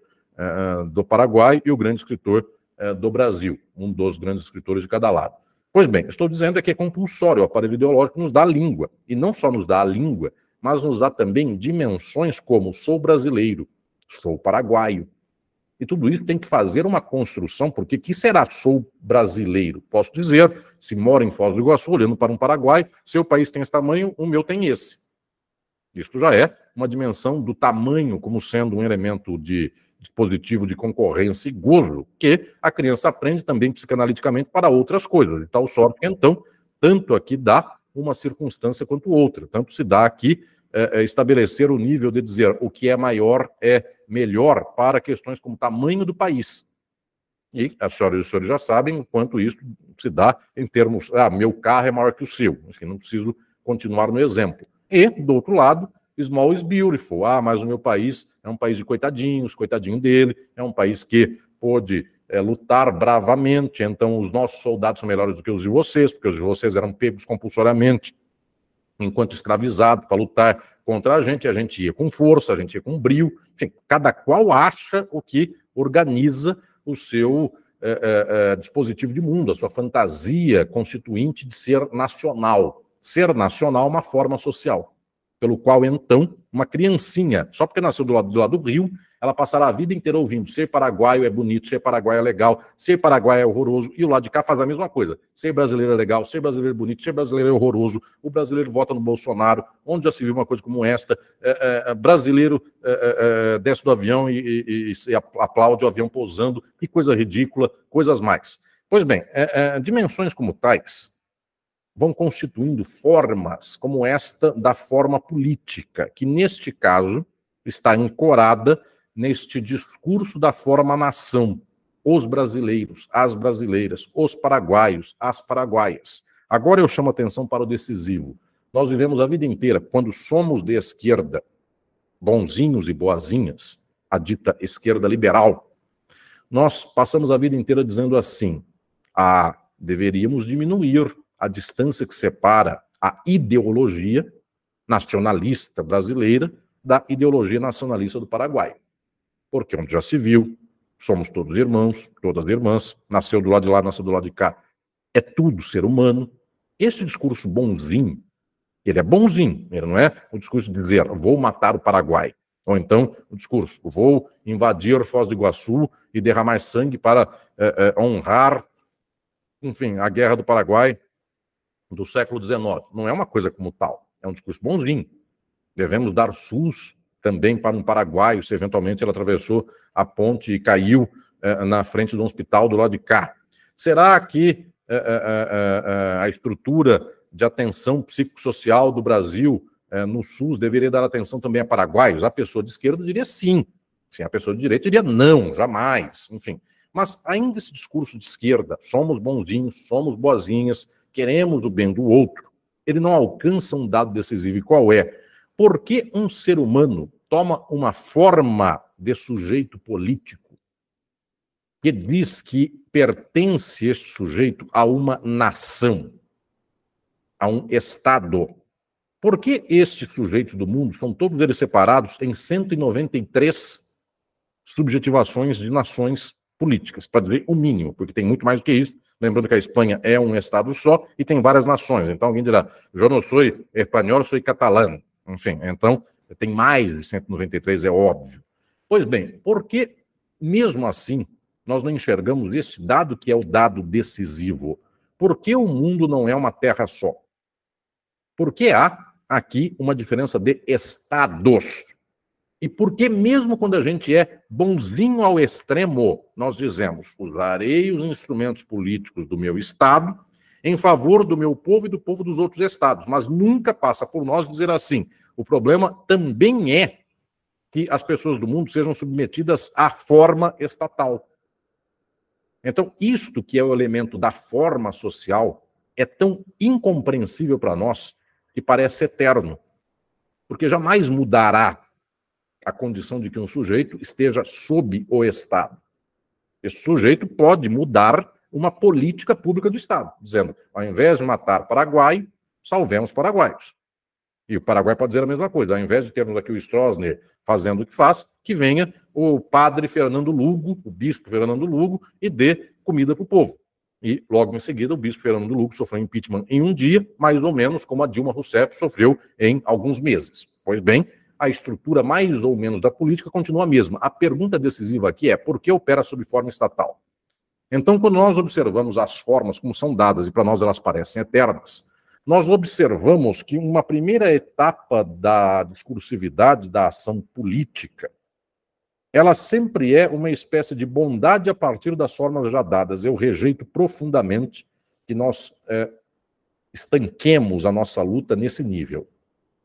do Paraguai e o grande escritor do Brasil, um dos grandes escritores de cada lado. Pois bem, estou dizendo que é compulsório, o aparelho ideológico nos dá a língua, e não só nos dá a língua, mas nos dá também dimensões como sou brasileiro, sou paraguaio. E tudo isso tem que fazer uma construção, porque que será sou brasileiro? Posso dizer, se moro em Foz do Iguaçu, olhando para um Paraguai, seu país tem esse tamanho, o meu tem esse. Isto já é uma dimensão do tamanho como sendo um elemento de dispositivo de concorrência e gozo, que a criança aprende também psicanaliticamente para outras coisas, de tal sorte que, então, tanto aqui dá uma circunstância quanto outra. Tanto se dá aqui estabelecer o nível de dizer o que é maior é melhor para questões como tamanho do país. E as senhoras e os senhores já sabem o quanto isso se dá em termos, meu carro é maior que o seu, assim, não preciso continuar no exemplo. E, do outro lado, small is beautiful. Mas o meu país é um país de coitadinhos, coitadinho dele, é um país que pôde lutar bravamente, então os nossos soldados são melhores do que os de vocês, porque os de vocês eram pegos compulsoriamente enquanto escravizados para lutar contra a gente ia com força, a gente ia com brio, enfim, cada qual acha o que organiza o seu dispositivo de mundo, a sua fantasia constituinte de ser nacional. Ser nacional é uma forma social, pelo qual, então, uma criancinha, só porque nasceu do lado do rio, ela passará a vida inteira ouvindo ser paraguaio é bonito, ser paraguaio é legal, ser paraguaio é horroroso, e o lado de cá faz a mesma coisa. Ser brasileiro é legal, ser brasileiro é bonito, ser brasileiro é horroroso, o brasileiro vota no Bolsonaro, onde já se viu uma coisa como esta, brasileiro desce do avião e aplaude o avião pousando, que coisa ridícula, coisas mais. Pois bem, dimensões como tais vão constituindo formas como esta da forma política, que neste caso está ancorada neste discurso da forma nação. Os brasileiros, as brasileiras, os paraguaios, as paraguaias. Agora eu chamo a atenção para o decisivo. Nós vivemos a vida inteira, quando somos de esquerda, bonzinhos e boazinhas, a dita esquerda liberal, nós passamos a vida inteira dizendo assim, deveríamos diminuir a distância que separa a ideologia nacionalista brasileira da ideologia nacionalista do Paraguai. Porque onde já se viu, somos todos irmãos, todas irmãs, nasceu do lado de lá, nasceu do lado de cá, é tudo ser humano. Esse discurso bonzinho, ele é bonzinho, ele não é o discurso de dizer, vou matar o Paraguai. Ou então, o discurso, vou invadir Foz do Iguaçu e derramar sangue para honrar, enfim, a Guerra do Paraguai do século XIX. Não é uma coisa como tal, é um discurso bonzinho. Devemos dar SUS também para um paraguaio, se eventualmente ele atravessou a ponte e caiu na frente de um hospital do lado de cá. Será que a estrutura de atenção psicossocial do Brasil no SUS deveria dar atenção também a paraguaios? A pessoa de esquerda diria sim. A pessoa de direita diria não, jamais. Enfim. Mas ainda esse discurso de esquerda, somos bonzinhos, somos boazinhas, queremos o bem do outro, ele não alcança um dado decisivo. E qual é? Por que um ser humano toma uma forma de sujeito político que diz que pertence este sujeito a uma nação, a um Estado? Por que estes sujeitos do mundo são todos eles separados em 193 subjetivações de nações políticas, para dizer o mínimo, porque tem muito mais do que isso. Lembrando que a Espanha é um Estado só e tem várias nações. Então alguém dirá, eu não sou espanhol, sou catalão. Enfim, então tem mais de 193, é óbvio. Pois bem, por que, mesmo assim, nós não enxergamos este dado que é o dado decisivo? Por que o mundo não é uma terra só? Porque há aqui uma diferença de estados. E por que mesmo quando a gente é bonzinho ao extremo, nós dizemos, usarei os instrumentos políticos do meu estado em favor do meu povo e do povo dos outros estados, mas nunca passa por nós dizer assim, o problema também é que as pessoas do mundo sejam submetidas à forma estatal. Então, isto que é o elemento da forma social é tão incompreensível para nós que parece eterno, porque jamais mudará a condição de que um sujeito esteja sob o Estado. Esse sujeito pode mudar uma política pública do Estado, dizendo, ao invés de matar paraguaio, salvemos paraguaios. E o Paraguai pode dizer a mesma coisa, ao invés de termos aqui o Stroessner fazendo o que faz, que venha o padre Fernando Lugo, o bispo Fernando Lugo, e dê comida para o povo. E logo em seguida o bispo Fernando Lugo sofreu impeachment em um dia, mais ou menos como a Dilma Rousseff sofreu em alguns meses. Pois bem, a estrutura mais ou menos da política continua a mesma. A pergunta decisiva aqui é por que opera sob forma estatal? Então, quando nós observamos as formas como são dadas, e para nós elas parecem eternas, nós observamos que uma primeira etapa da discursividade da ação política, ela sempre é uma espécie de bondade a partir das formas já dadas. Eu rejeito profundamente que nós estanquemos a nossa luta nesse nível,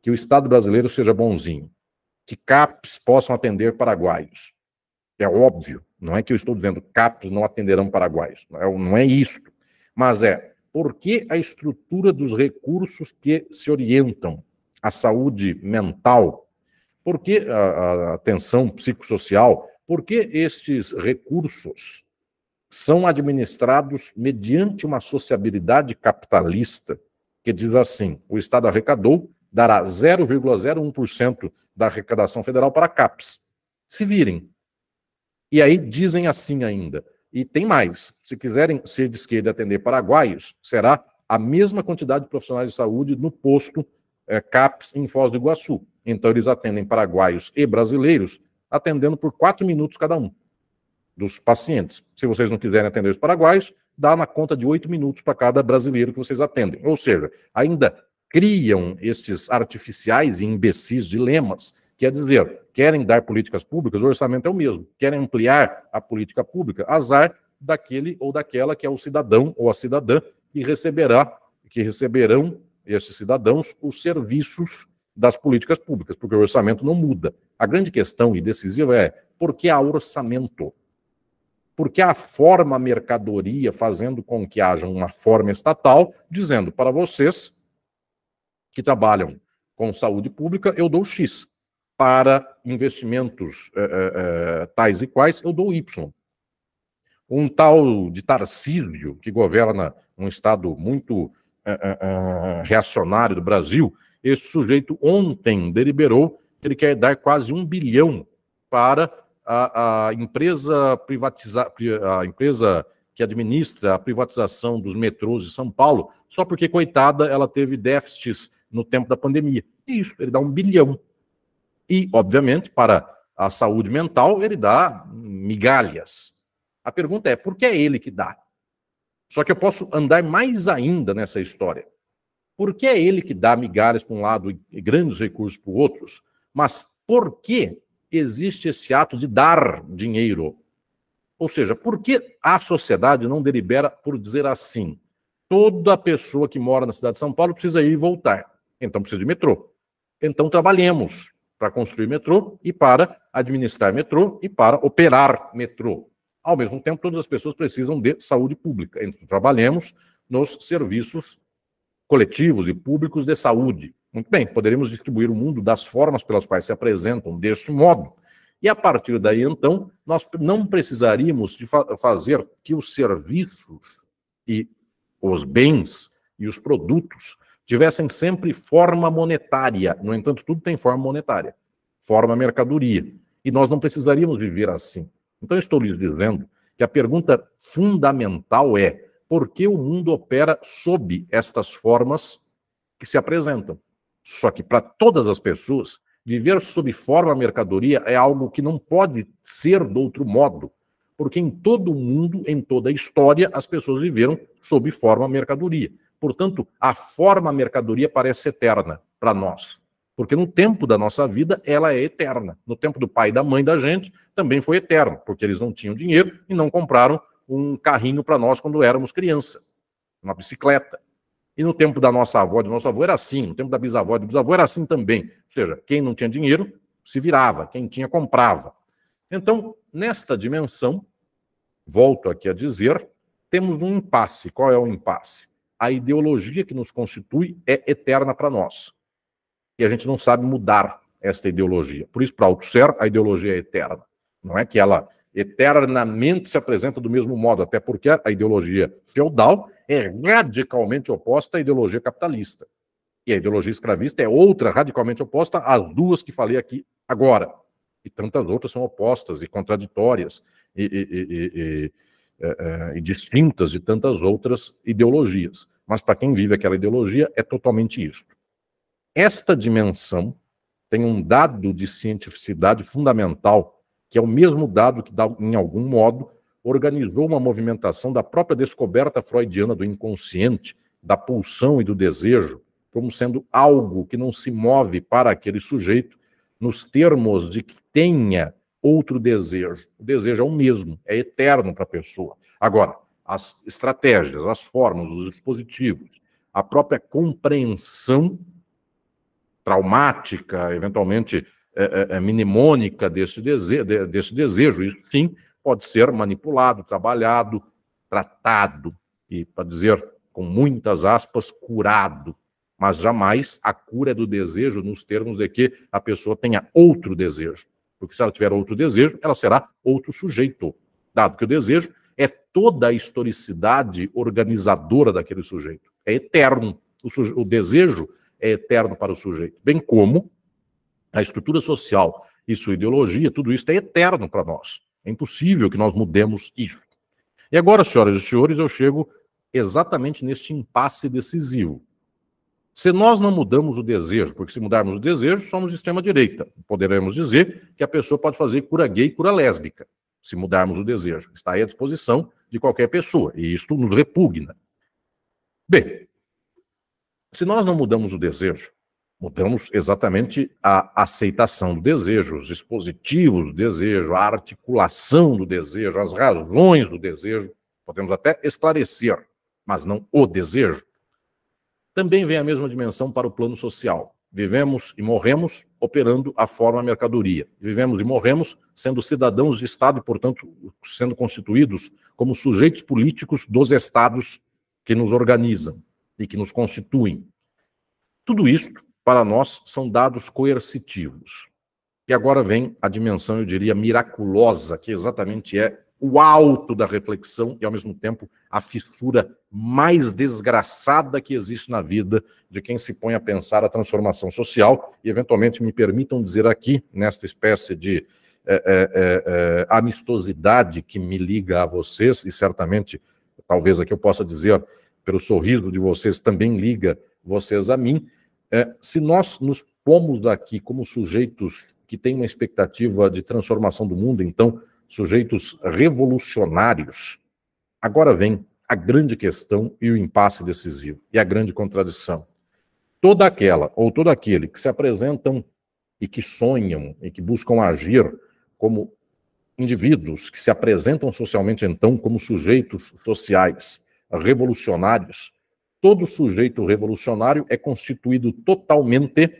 que o Estado brasileiro seja bonzinho, que CAPs possam atender paraguaios. É óbvio, não é que eu estou dizendo que CAPs não atenderão paraguaios, não é isso, mas por que a estrutura dos recursos que se orientam à saúde mental, por que a atenção psicossocial, por que estes recursos são administrados mediante uma sociabilidade capitalista que diz assim: o Estado arrecadou, dará 0,01% da arrecadação federal para CAPs. Se virem. E aí dizem assim ainda, e tem mais, se quiserem ser de esquerda e atender paraguaios, será a mesma quantidade de profissionais de saúde no posto CAPs em Foz do Iguaçu. Então eles atendem paraguaios e brasileiros, atendendo por 4 minutos cada um dos pacientes. Se vocês não quiserem atender os paraguaios, dá na conta de 8 minutos para cada brasileiro que vocês atendem. Ou seja, ainda criam estes artificiais e imbecis dilemas, quer dizer, querem dar políticas públicas, o orçamento é o mesmo. Querem ampliar a política pública, azar daquele ou daquela que é o cidadão ou a cidadã que receberão esses cidadãos os serviços das políticas públicas, porque o orçamento não muda. A grande questão e decisiva é por que há orçamento? Porque a forma mercadoria fazendo com que haja uma forma estatal, dizendo para vocês que trabalham com saúde pública, eu dou X. Para investimentos tais e quais, eu dou Y. Um tal de Tarcísio, que governa um estado muito reacionário do Brasil, esse sujeito ontem deliberou que ele quer dar quase 1 bilhão para a empresa que administra a privatização dos metrôs de São Paulo, só porque, coitada, ela teve déficits no tempo da pandemia. E isso, ele dá 1 bilhão. E, obviamente, para a saúde mental, ele dá migalhas. A pergunta é, por que é ele que dá? Só que eu posso andar mais ainda nessa história. Por que é ele que dá migalhas para um lado e grandes recursos para o outro? Mas por que existe esse ato de dar dinheiro? Ou seja, por que a sociedade não delibera por dizer assim: toda pessoa que mora na cidade de São Paulo precisa ir e voltar, então precisa de metrô. Então trabalhemos para construir metrô e para administrar metrô e para operar metrô. Ao mesmo tempo, todas as pessoas precisam de saúde pública. Então trabalhemos nos serviços coletivos e públicos de saúde. Muito bem, poderíamos distribuir o mundo das formas pelas quais se apresentam deste modo. E a partir daí, então, nós não precisaríamos de fazer que os serviços e os bens e os produtos tivessem sempre forma monetária. No entanto, tudo tem forma monetária, forma mercadoria. E nós não precisaríamos viver assim. Então, eu estou lhes dizendo que a pergunta fundamental é: por que o mundo opera sob estas formas que se apresentam? Só que para todas as pessoas, viver sob forma mercadoria é algo que não pode ser de outro modo, porque em todo o mundo, em toda a história, as pessoas viveram sob forma mercadoria. Portanto, a forma mercadoria parece eterna para nós, porque no tempo da nossa vida ela é eterna. No tempo do pai e da mãe da gente também foi eterno, porque eles não tinham dinheiro e não compraram um carrinho para nós quando éramos criança, uma bicicleta. E no tempo da nossa avó, do nosso avô, era assim. No tempo da bisavó, do bisavô, era assim também. Ou seja, quem não tinha dinheiro se virava, quem tinha comprava. Então, nesta dimensão, volto aqui a dizer, temos um impasse. Qual é o impasse? A ideologia que nos constitui é eterna para nós. E a gente não sabe mudar esta ideologia. Por isso, para Althusser, a ideologia é eterna. Não é que ela eternamente se apresenta do mesmo modo, até porque a ideologia feudal é radicalmente oposta à ideologia capitalista. E a ideologia escravista é outra radicalmente oposta às duas que falei aqui agora. E tantas outras são opostas e contraditórias e distintas de tantas outras ideologias. Mas para quem vive aquela ideologia é totalmente isso. Esta dimensão tem um dado de cientificidade fundamental, que é o mesmo dado que, em algum modo, organizou uma movimentação da própria descoberta freudiana do inconsciente, da pulsão e do desejo, como sendo algo que não se move para aquele sujeito nos termos de que tenha outro desejo. O desejo é o mesmo, é eterno para a pessoa. Agora, as estratégias, as formas, os dispositivos, a própria compreensão traumática, eventualmente mnemônica desse desejo. Isso sim pode ser manipulado, trabalhado, tratado e, para dizer com muitas aspas, curado. Mas jamais a cura do desejo nos termos de que a pessoa tenha outro desejo. Porque se ela tiver outro desejo, ela será outro sujeito, dado que o desejo é toda a historicidade organizadora daquele sujeito. É eterno. O desejo é eterno para o sujeito. Bem como a estrutura social e sua ideologia, tudo isso é eterno para nós. É impossível que nós mudemos isso. E agora, senhoras e senhores, eu chego exatamente neste impasse decisivo. Se nós não mudamos o desejo, porque se mudarmos o desejo, somos de extrema-direita. Poderemos dizer que a pessoa pode fazer cura gay e cura lésbica, se mudarmos o desejo. Está aí à disposição de qualquer pessoa, e isto nos repugna. Bem, se nós não mudamos o desejo, mudamos exatamente a aceitação do desejo, os dispositivos do desejo, a articulação do desejo, as razões do desejo. Podemos até esclarecer, mas não o desejo. Também vem a mesma dimensão para o plano social. Vivemos e morremos operando a forma mercadoria. Vivemos e morremos sendo cidadãos de Estado e, portanto, sendo constituídos como sujeitos políticos dos Estados que nos organizam e que nos constituem. Tudo isso, para nós, são dados coercitivos. E agora vem a dimensão, eu diria, miraculosa, que exatamente é o alto da reflexão e, ao mesmo tempo, a fissura mais desgraçada que existe na vida de quem se põe a pensar a transformação social. E, eventualmente, me permitam dizer aqui, nesta espécie de amistosidade que me liga a vocês, e certamente, talvez aqui eu possa dizer, pelo sorriso de vocês, também liga vocês a mim, se nós nos pomos aqui como sujeitos que têm uma expectativa de transformação do mundo, então, sujeitos revolucionários, agora vem a grande questão e o impasse decisivo, e a grande contradição. Toda aquela, ou todo aquele que se apresentam e que sonham e que buscam agir como indivíduos, que se apresentam socialmente, então, como sujeitos sociais revolucionários, todo sujeito revolucionário é constituído totalmente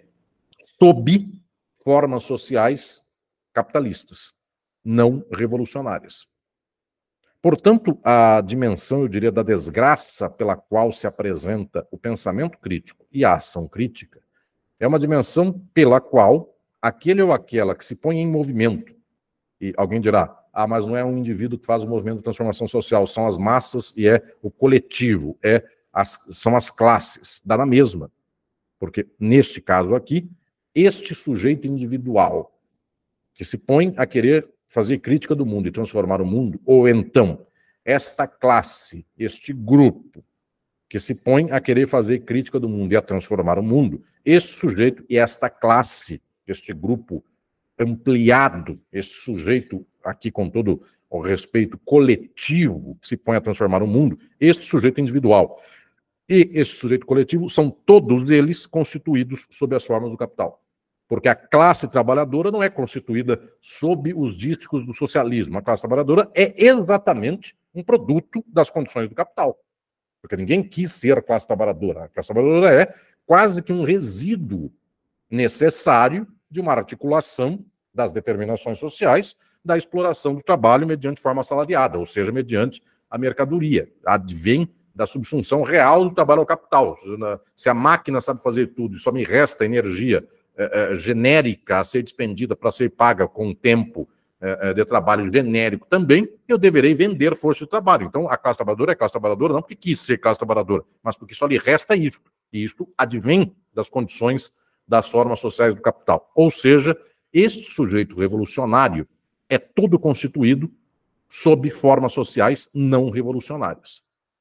sob formas sociais capitalistas, não revolucionárias. Portanto, a dimensão, eu diria, da desgraça pela qual se apresenta o pensamento crítico e a ação crítica é uma dimensão pela qual aquele ou aquela que se põe em movimento, e alguém dirá, mas não é um indivíduo que faz o movimento de transformação social, são as massas e é o coletivo, são as classes, dá na mesma. Porque, neste caso aqui, este sujeito individual que se põe a querer fazer crítica do mundo e transformar o mundo, ou então, esta classe, este grupo, que se põe a querer fazer crítica do mundo e a transformar o mundo, este sujeito e esta classe, este grupo ampliado, este sujeito aqui com todo o respeito coletivo, que se põe a transformar o mundo, este sujeito individual e este sujeito coletivo são todos eles constituídos sob as formas do capital. Porque a classe trabalhadora não é constituída sob os dísticos do socialismo. A classe trabalhadora é exatamente um produto das condições do capital. Porque ninguém quis ser a classe trabalhadora. A classe trabalhadora é quase que um resíduo necessário de uma articulação das determinações sociais da exploração do trabalho mediante forma assalariada, ou seja, mediante a mercadoria. Advém da subsunção real do trabalho ao capital. Se a máquina sabe fazer tudo e só me resta energia genérica a ser despendida para ser paga com tempo de trabalho genérico também, eu deverei vender força de trabalho. Então, a classe trabalhadora é classe trabalhadora não porque quis ser classe trabalhadora, mas porque só lhe resta isso. E isto advém das condições das formas sociais do capital. Ou seja, este sujeito revolucionário é todo constituído sob formas sociais não revolucionárias.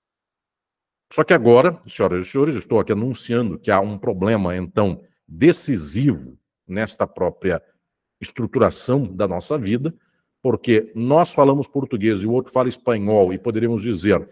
Só que agora, senhoras e senhores, estou aqui anunciando que há um problema, então, decisivo nesta própria estruturação da nossa vida, porque nós falamos português e o outro fala espanhol e poderíamos dizer,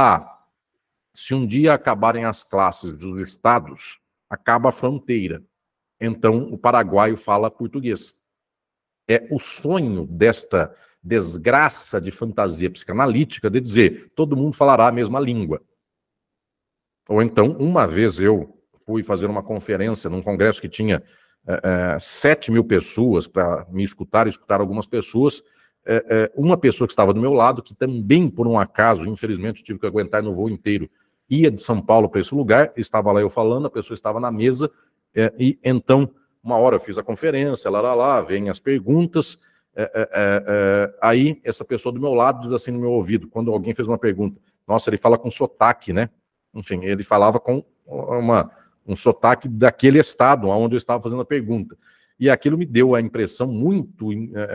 se um dia acabarem as classes dos estados, acaba a fronteira. Então, o paraguaio fala português. É o sonho desta desgraça de fantasia psicanalítica de dizer, todo mundo falará a mesma língua. Ou então, uma vez eu fui fazer uma conferência num congresso que tinha 7 mil pessoas para me escutar algumas pessoas. Uma pessoa que estava do meu lado, que também, por um acaso, infelizmente, tive que aguentar no voo inteiro, ia de São Paulo para esse lugar, estava lá eu falando, a pessoa estava na mesa, e então, uma hora eu fiz a conferência, lá, vem as perguntas, aí essa pessoa do meu lado diz assim no meu ouvido, quando alguém fez uma pergunta, nossa, ele fala com sotaque, né? Enfim, ele falava com um sotaque daquele estado onde eu estava fazendo a pergunta. E aquilo me deu a impressão muito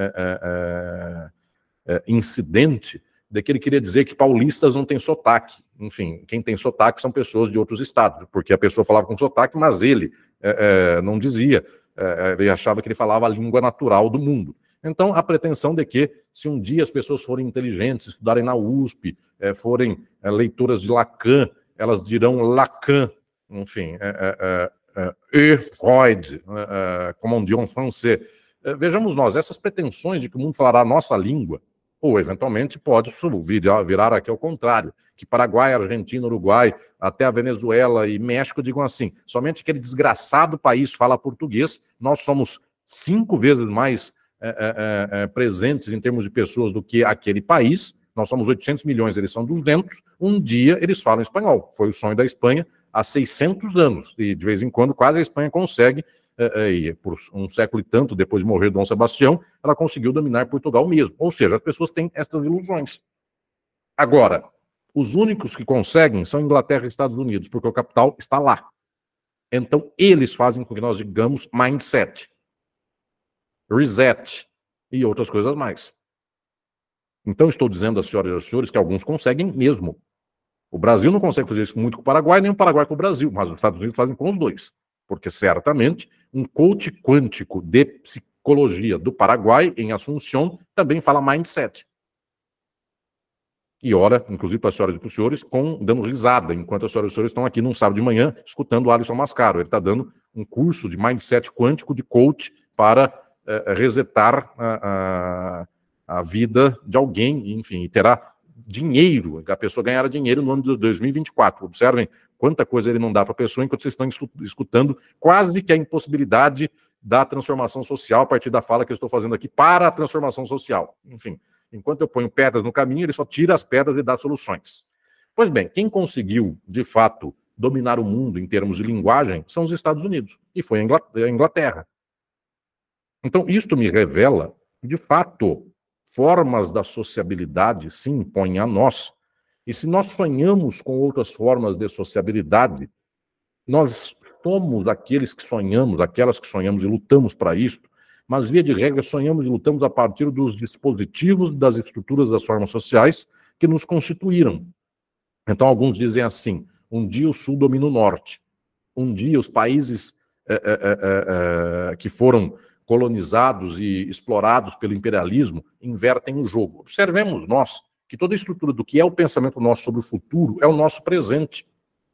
incidente de que ele queria dizer que paulistas não têm sotaque. Enfim, quem tem sotaque são pessoas de outros estados, porque a pessoa falava com sotaque, mas ele não dizia, ele achava que ele falava a língua natural do mundo. Então, a pretensão de que, se um dia as pessoas forem inteligentes, estudarem na USP, forem leitoras de Lacan, elas dirão Lacan, enfim, Freud, como on dit en français. Vejamos nós, essas pretensões de que o mundo falará a nossa língua, ou eventualmente pode virar aqui ao contrário, que Paraguai, Argentina, Uruguai, até a Venezuela e México digam assim, somente aquele desgraçado país fala português, nós somos 5 vezes mais presentes em termos de pessoas do que aquele país, nós somos 800 milhões, eles são 200, um dia eles falam espanhol, foi o sonho da Espanha há 600 anos, e de vez em quando quase a Espanha consegue, e por um século e tanto depois de morrer Dom Sebastião, ela conseguiu dominar Portugal mesmo, ou seja, as pessoas têm essas ilusões. Agora, os únicos que conseguem são Inglaterra e Estados Unidos, porque o capital está lá. Então, eles fazem com que nós digamos mindset, reset e outras coisas mais. Então, estou dizendo às senhoras e aos senhores que alguns conseguem mesmo. O Brasil não consegue fazer isso muito com o Paraguai, nem o Paraguai com o Brasil, mas os Estados Unidos fazem com os dois. Porque, certamente, um coach quântico de psicologia do Paraguai, em Assunção, também fala mindset. E ora, inclusive para as senhoras e para os senhores, dando risada, enquanto as senhoras e os senhores estão aqui num sábado de manhã, escutando o Alisson Mascaro. Ele está dando um curso de mindset quântico de coach para resetar a vida de alguém, enfim, e terá dinheiro, a pessoa ganhará dinheiro no ano de 2024. Observem quanta coisa ele não dá para a pessoa, enquanto vocês estão escutando quase que a impossibilidade da transformação social a partir da fala que eu estou fazendo aqui para a transformação social. Enfim, enquanto eu ponho pedras no caminho, ele só tira as pedras e dá soluções. Pois bem, quem conseguiu, de fato, dominar o mundo em termos de linguagem são os Estados Unidos, e foi a Inglaterra. Então, isto me revela, de fato, formas da sociabilidade se impõem a nós. E se nós sonhamos com outras formas de sociabilidade, nós somos aqueles que sonhamos, aquelas que sonhamos e lutamos para isso, mas, via de regra, sonhamos e lutamos a partir dos dispositivos, das estruturas das formas sociais que nos constituíram. Então, alguns dizem assim, um dia o Sul domina o Norte, um dia os países que foram colonizados e explorados pelo imperialismo, invertem o jogo. Observemos nós que toda a estrutura do que é o pensamento nosso sobre o futuro é o nosso presente.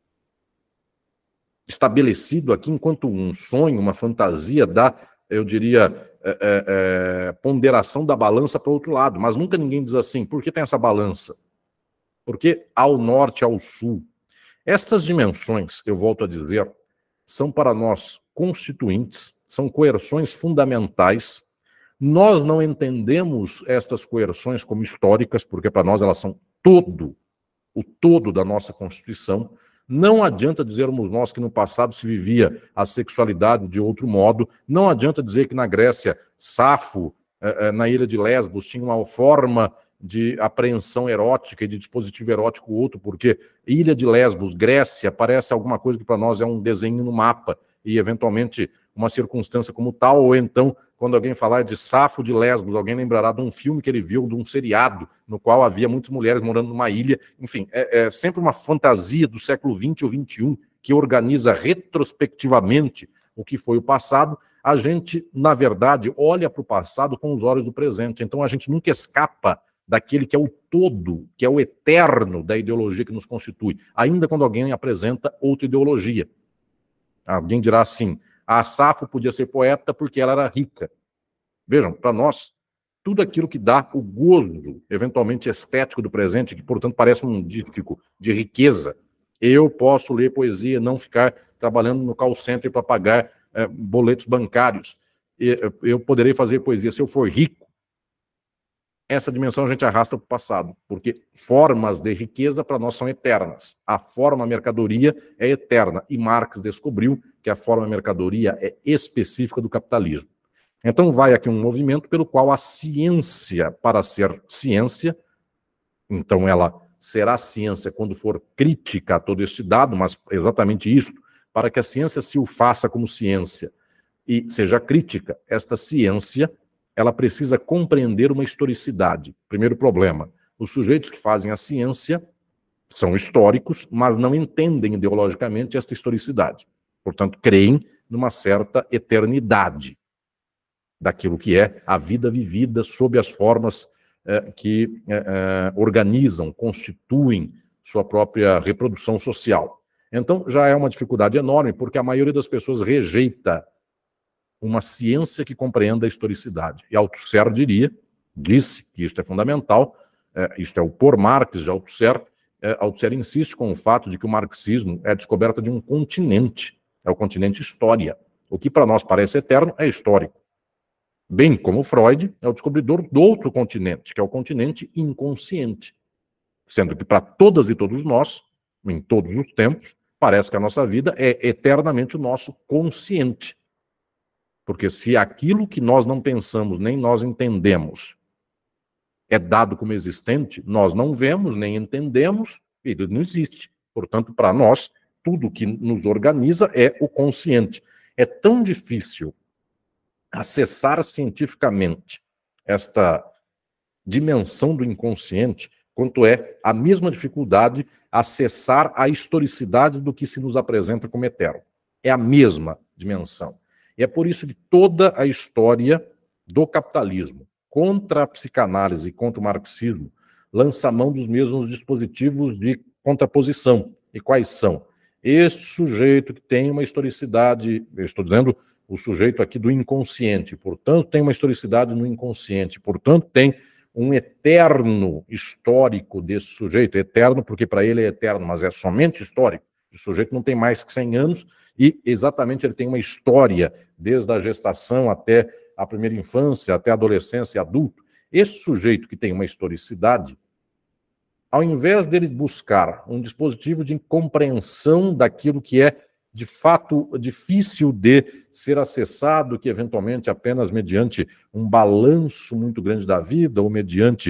Estabelecido aqui enquanto um sonho, uma fantasia da, eu diria, ponderação da balança para o outro lado. Mas nunca ninguém diz assim, por que tem essa balança? Porque ao norte, ao sul. Estas dimensões, eu volto a dizer, são para nós constituintes, são coerções fundamentais. Nós não entendemos estas coerções como históricas, porque para nós elas são o todo da nossa Constituição. Não adianta dizermos nós que no passado se vivia a sexualidade de outro modo, não adianta dizer que na Grécia, Safo, na ilha de Lesbos, tinha uma forma de apreensão erótica e de dispositivo erótico outro, porque ilha de Lesbos, Grécia, parece alguma coisa que para nós é um desenho no mapa, e eventualmente uma circunstância como tal, ou então, quando alguém falar de Safo de Lesbos, alguém lembrará de um filme que ele viu, de um seriado, no qual havia muitas mulheres morando numa ilha. Enfim, é sempre uma fantasia do século XX ou XXI que organiza retrospectivamente o que foi o passado. A gente, na verdade, olha para o passado com os olhos do presente. Então, a gente nunca escapa daquele que é o todo, que é o eterno da ideologia que nos constitui, ainda quando alguém apresenta outra ideologia. Alguém dirá assim, a Safo podia ser poeta porque ela era rica. Vejam, para nós, tudo aquilo que dá o gozo, eventualmente estético do presente, que, portanto, parece um dístico de riqueza, Eu posso ler poesia, não ficar trabalhando no call center para pagar boletos bancários. Eu poderei fazer poesia se eu for rico. Essa dimensão a gente arrasta para o passado, porque formas de riqueza para nós são eternas. A forma mercadoria é eterna, e Marx descobriu que a forma mercadoria é específica do capitalismo. Então vai aqui um movimento pelo qual a ciência, para ser ciência, então ela será ciência quando for crítica a todo este dado, mas exatamente isso, para que a ciência se o faça como ciência e seja crítica, esta ciência ela precisa compreender uma historicidade. Primeiro problema, os sujeitos que fazem a ciência são históricos, mas não entendem ideologicamente esta historicidade. Portanto, creem numa certa eternidade daquilo que é a vida vivida sob as formas que organizam, constituem sua própria reprodução social. Então, já é uma dificuldade enorme, porque a maioria das pessoas rejeita uma ciência que compreenda a historicidade. E Althusser disse que isso é fundamental, isto é o por Marx de Althusser. Althusser insiste com o fato de que o marxismo é a descoberta de um continente, é o continente história. O que para nós parece eterno é histórico. Bem como Freud é o descobridor do outro continente, que é o continente inconsciente. Sendo que para todas e todos nós, em todos os tempos, parece que a nossa vida é eternamente o nosso consciente. Porque se aquilo que nós não pensamos, nem nós entendemos, é dado como existente, nós não vemos, nem entendemos, ele não existe. Portanto, para nós, tudo que nos organiza é o consciente. É tão difícil acessar cientificamente esta dimensão do inconsciente, quanto é a mesma dificuldade acessar a historicidade do que se nos apresenta como eterno. É a mesma dimensão. E é por isso que toda a história do capitalismo, contra a psicanálise e contra o marxismo, lança mão dos mesmos dispositivos de contraposição. E quais são? Este sujeito que tem uma historicidade, eu estou dizendo o sujeito aqui do inconsciente, portanto tem uma historicidade no inconsciente, portanto tem um eterno histórico desse sujeito, eterno porque para ele é eterno, mas é somente histórico. O sujeito não tem mais que 100 anos e exatamente ele tem uma história desde a gestação até a primeira infância, até a adolescência e adulto. Esse sujeito que tem uma historicidade, ao invés dele buscar um dispositivo de compreensão daquilo que é de fato difícil de ser acessado, que eventualmente apenas mediante um balanço muito grande da vida ou mediante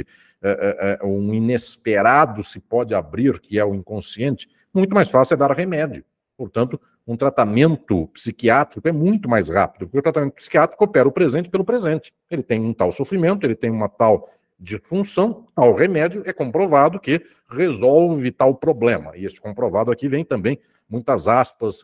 um inesperado se pode abrir, que é o inconsciente, muito mais fácil é dar remédio. Portanto, um tratamento psiquiátrico é muito mais rápido, porque o tratamento psiquiátrico opera o presente pelo presente. Ele tem um tal sofrimento, ele tem uma tal disfunção, tal remédio, é comprovado que resolve tal problema. E este comprovado aqui vem também muitas aspas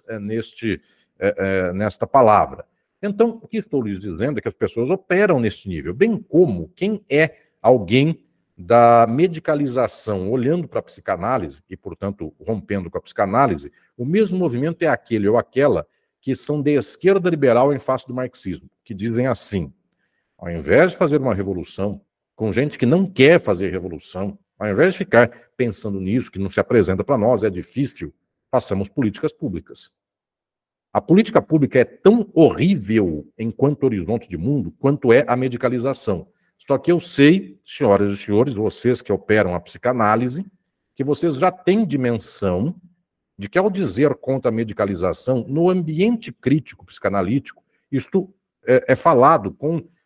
nesta palavra. Então, o que estou lhes dizendo é que as pessoas operam nesse nível, bem como quem é alguém da medicalização, olhando para a psicanálise e, portanto, rompendo com a psicanálise, o mesmo movimento é aquele ou aquela que são de esquerda liberal em face do marxismo, que dizem assim, ao invés de fazer uma revolução com gente que não quer fazer revolução, ao invés de ficar pensando nisso, que não se apresenta para nós, é difícil, façamos políticas públicas. A política pública é tão horrível enquanto horizonte de mundo quanto é a medicalização. Só que eu sei, senhoras e senhores, vocês que operam a psicanálise, que vocês já têm dimensão de que ao dizer contra a medicalização, no ambiente crítico psicanalítico, isto é falado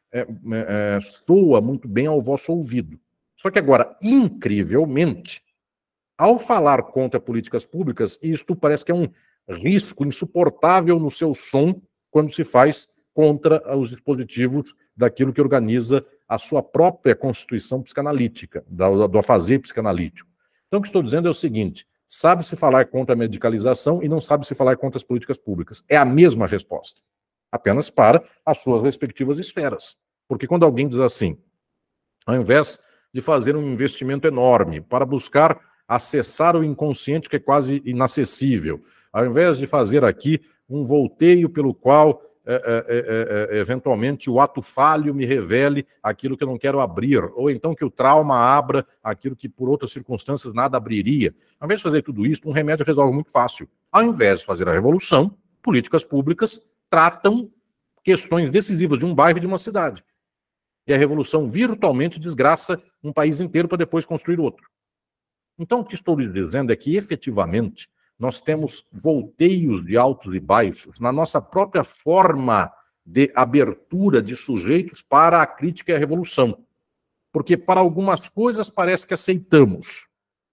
soa muito bem ao vosso ouvido. Só que agora, incrivelmente, ao falar contra políticas públicas, isto parece que é um risco insuportável no seu som quando se faz contra os dispositivos daquilo que organiza a sua própria constituição psicanalítica, do afazer psicanalítico. Então, o que estou dizendo é o seguinte, sabe-se falar contra a medicalização e não sabe-se falar contra as políticas públicas. É a mesma resposta, apenas para as suas respectivas esferas. Porque quando alguém diz assim, ao invés de fazer um investimento enorme para buscar acessar o inconsciente que é quase inacessível, ao invés de fazer aqui um volteio pelo qual eventualmente, o ato falho me revele aquilo que eu não quero abrir, ou então que o trauma abra aquilo que, por outras circunstâncias, nada abriria. Ao invés de fazer tudo isso, um remédio resolve muito fácil. Ao invés de fazer a revolução, políticas públicas tratam questões decisivas de um bairro e de uma cidade. E a revolução virtualmente desgraça um país inteiro para depois construir outro. Então, o que estou lhe dizendo é que, efetivamente, nós temos volteios de altos e baixos na nossa própria forma de abertura de sujeitos para a crítica e a revolução. Porque para algumas coisas parece que aceitamos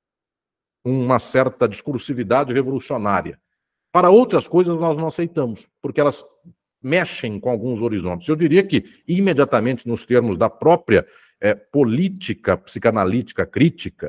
uma certa discursividade revolucionária. Para outras coisas nós não aceitamos, porque elas mexem com alguns horizontes. Eu diria que, imediatamente, nos termos da própria política psicanalítica crítica,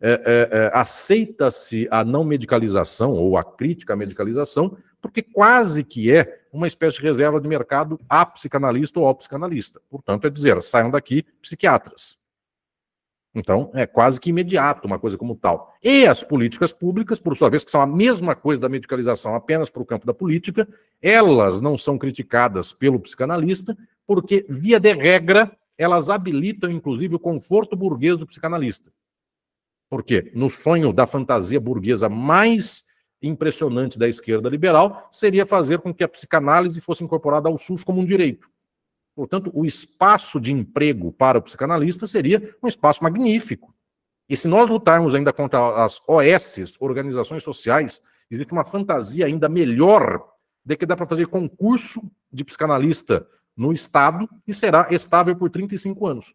aceita-se a não medicalização ou a crítica à medicalização, porque quase que é uma espécie de reserva de mercado a psicanalista ou ao psicanalista. Portanto, é dizer, saiam daqui psiquiatras. Então, é quase que imediato uma coisa como tal. E as políticas públicas, por sua vez, que são a mesma coisa da medicalização apenas para o campo da política, elas não são criticadas pelo psicanalista, porque, via de regra, elas habilitam, inclusive, o conforto burguês do psicanalista. Porque no sonho da fantasia burguesa mais impressionante da esquerda liberal seria fazer com que a psicanálise fosse incorporada ao SUS como um direito. Portanto, o espaço de emprego para o psicanalista seria um espaço magnífico. E se nós lutarmos ainda contra as OS, organizações sociais, existe uma fantasia ainda melhor de que dá para fazer concurso de psicanalista no Estado e será estável por 35 anos.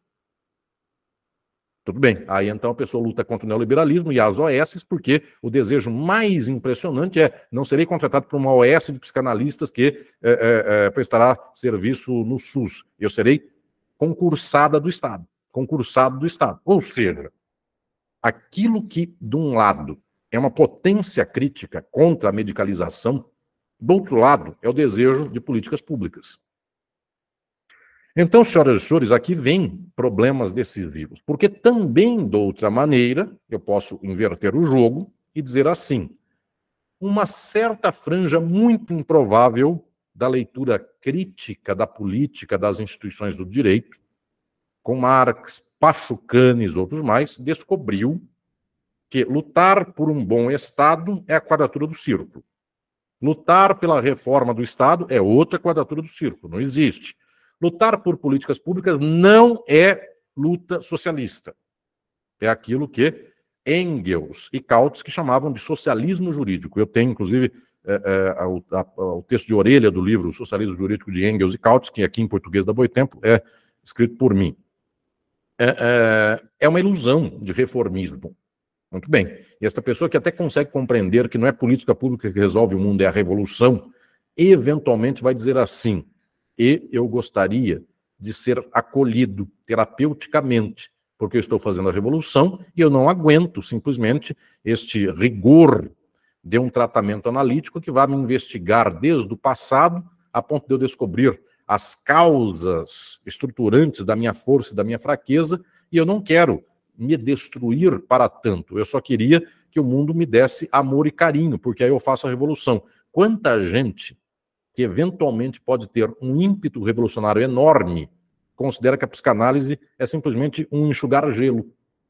Tudo bem, aí então a pessoa luta contra o neoliberalismo e as OS, porque o desejo mais impressionante é: não serei contratado por uma OS de psicanalistas que prestará serviço no SUS. Eu serei concursada do Estado, concursado do Estado. Ou seja, aquilo que, de um lado, é uma potência crítica contra a medicalização, do outro lado, é o desejo de políticas públicas. Então, senhoras e senhores, aqui vem problemas decisivos, porque também, de outra maneira, eu posso inverter o jogo e dizer assim: uma certa franja muito improvável da leitura crítica da política das instituições do direito, com Marx, Pachucanes e outros mais, descobriu que lutar por um bom Estado é a quadratura do círculo. Lutar pela reforma do Estado é outra quadratura do círculo, não existe. Lutar por políticas públicas não é luta socialista. É aquilo que Engels e Kautsky chamavam de socialismo jurídico. Eu tenho, inclusive, o texto de orelha do livro Socialismo Jurídico de Engels e Kautsky, aqui em português da Boitempo, é escrito por mim. É uma ilusão de reformismo. Muito bem. E esta pessoa que até consegue compreender que não é política pública que resolve o mundo, é a revolução, eventualmente vai dizer assim: e eu gostaria de ser acolhido terapeuticamente, porque eu estou fazendo a revolução e eu não aguento simplesmente este rigor de um tratamento analítico que vai me investigar desde o passado a ponto de eu descobrir as causas estruturantes da minha força e da minha fraqueza, e eu não quero me destruir para tanto. Eu só queria que o mundo me desse amor e carinho, porque aí eu faço a revolução. Quanta gente que eventualmente pode ter um ímpeto revolucionário enorme, considera que a psicanálise é simplesmente um enxugar gelo.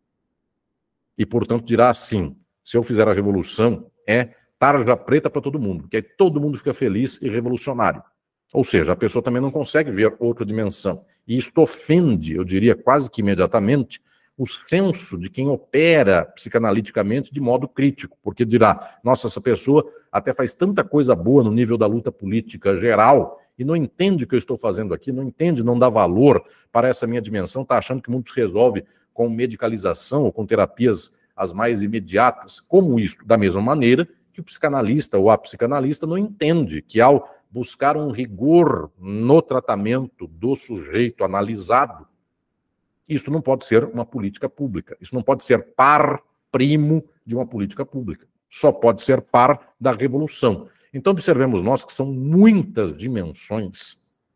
E, portanto, dirá assim: se eu fizer a revolução, é tarja preta para todo mundo, que aí todo mundo fica feliz e revolucionário. Ou seja, a pessoa também não consegue ver outra dimensão. E isto ofende, eu diria quase que imediatamente, o senso de quem opera psicanaliticamente de modo crítico, porque dirá: nossa, essa pessoa até faz tanta coisa boa no nível da luta política geral e não entende o que eu estou fazendo aqui, não entende, não dá valor para essa minha dimensão, está achando que o mundo se resolve com medicalização ou com terapias as mais imediatas. Como isso? Da mesma maneira que o psicanalista ou a psicanalista não entende que, ao buscar um rigor no tratamento do sujeito analisado, isso não pode ser uma política pública. Isso não pode ser par primo de uma política pública. Só pode ser par da revolução. Então, observemos nós que são muitas dimensões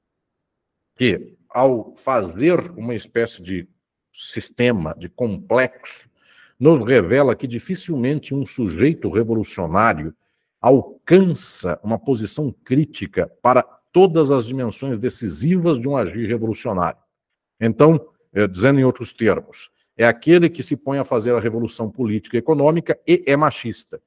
que, ao fazer uma espécie de sistema, de complexo, nos revela que dificilmente um sujeito revolucionário alcança uma posição crítica para todas as dimensões decisivas de um agir revolucionário. Então, dizendo em outros termos, é aquele que se põe a fazer a revolução política e econômica e é machista.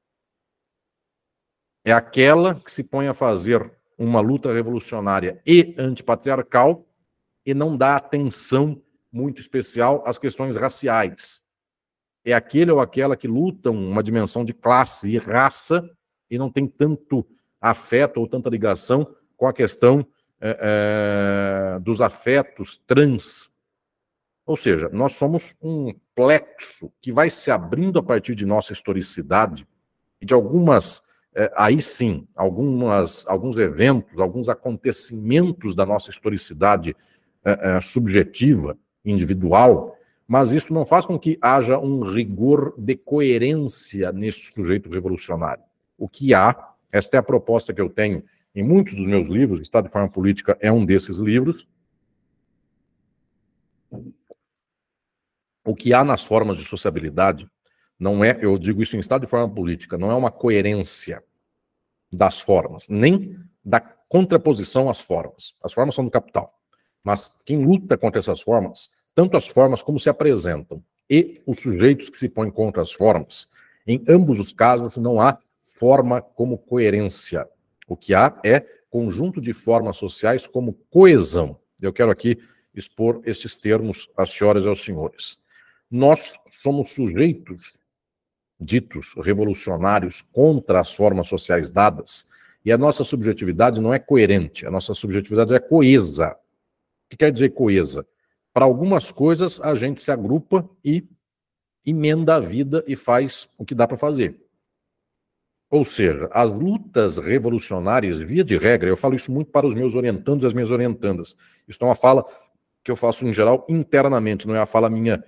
É aquela que se põe a fazer uma luta revolucionária e antipatriarcal e não dá atenção muito especial às questões raciais. É aquele ou aquela que lutam uma dimensão de classe e raça e não tem tanto afeto ou tanta ligação com a questão dos afetos trans. Ou seja, nós somos um plexo que vai se abrindo a partir de nossa historicidade e de algumas, aí sim, alguns eventos, alguns acontecimentos da nossa historicidade subjetiva, individual, mas isso não faz com que haja um rigor de coerência nesse sujeito revolucionário. O que há, esta é a proposta que eu tenho em muitos dos meus livros, Estado de Forma Política é um desses livros. O que há nas formas de sociabilidade não é, eu digo isso em Estado de Forma Política, não é uma coerência das formas, nem da contraposição às formas. As formas são do capital. Mas quem luta contra essas formas, tanto as formas como se apresentam, e os sujeitos que se põem contra as formas, em ambos os casos não há forma como coerência. O que há é conjunto de formas sociais como coesão. Eu quero aqui expor esses termos às senhoras e aos senhores. Nós somos sujeitos ditos revolucionários contra as formas sociais dadas, e a nossa subjetividade não é coerente, a nossa subjetividade é coesa. O que quer dizer coesa? Para algumas coisas a gente se agrupa e emenda a vida e faz o que dá para fazer. Ou seja, as lutas revolucionárias, via de regra, eu falo isso muito para os meus orientandos e as minhas orientandas. Isso é uma fala que eu faço, em geral, internamente, não é a fala minha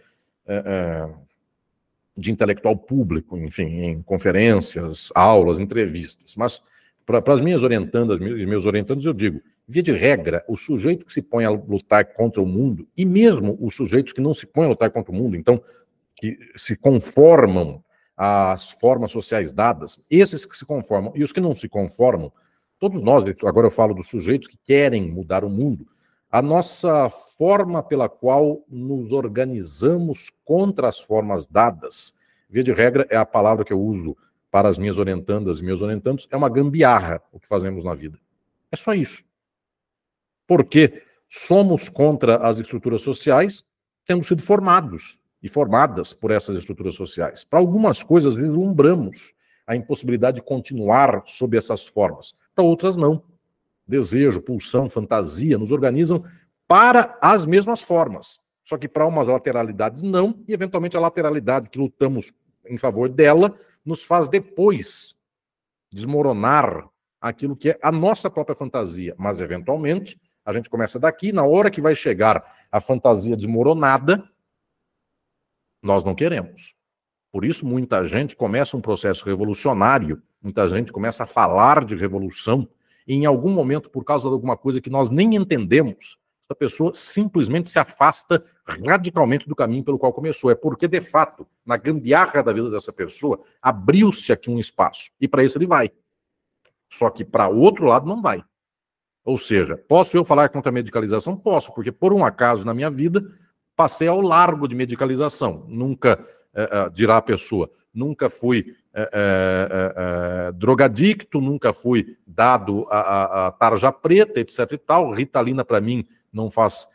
de intelectual público, enfim, em conferências, aulas, entrevistas. Mas para as minhas orientandas e meus orientandos, eu digo, via de regra, o sujeito que se põe a lutar contra o mundo, e mesmo os sujeitos que não se põem a lutar contra o mundo, então, que se conformam às formas sociais dadas, esses que se conformam e os que não se conformam, todos nós, agora eu falo dos sujeitos que querem mudar o mundo, a nossa forma pela qual nos organizamos contra as formas dadas, via de regra, é a palavra que eu uso para as minhas orientandas e meus orientandos, é uma gambiarra o que fazemos na vida. É só isso. Porque somos contra as estruturas sociais, tendo sido formados e formadas por essas estruturas sociais. Para algumas coisas, vislumbramos a impossibilidade de continuar sob essas formas. Para outras, não. Desejo, pulsão, fantasia nos organizam para as mesmas formas. Só que para umas lateralidades não, e eventualmente a lateralidade que lutamos em favor dela nos faz depois desmoronar aquilo que é a nossa própria fantasia. Mas, eventualmente, a gente começa daqui, na hora que vai chegar a fantasia desmoronada, nós não queremos. Por isso, muita gente começa um processo revolucionário, muita gente começa a falar de revolução, e em algum momento, por causa de alguma coisa que nós nem entendemos, essa pessoa simplesmente se afasta radicalmente do caminho pelo qual começou. É porque, de fato, na gambiarra da vida dessa pessoa, abriu-se aqui um espaço, e para esse ele vai. Só que para o outro lado não vai. Ou seja, posso eu falar contra a medicalização? Posso, porque por um acaso na minha vida passei ao largo de medicalização. Nunca, dirá a pessoa, nunca fui drogadicto, nunca fui dado a tarja preta, etc e tal. Ritalina para mim não faz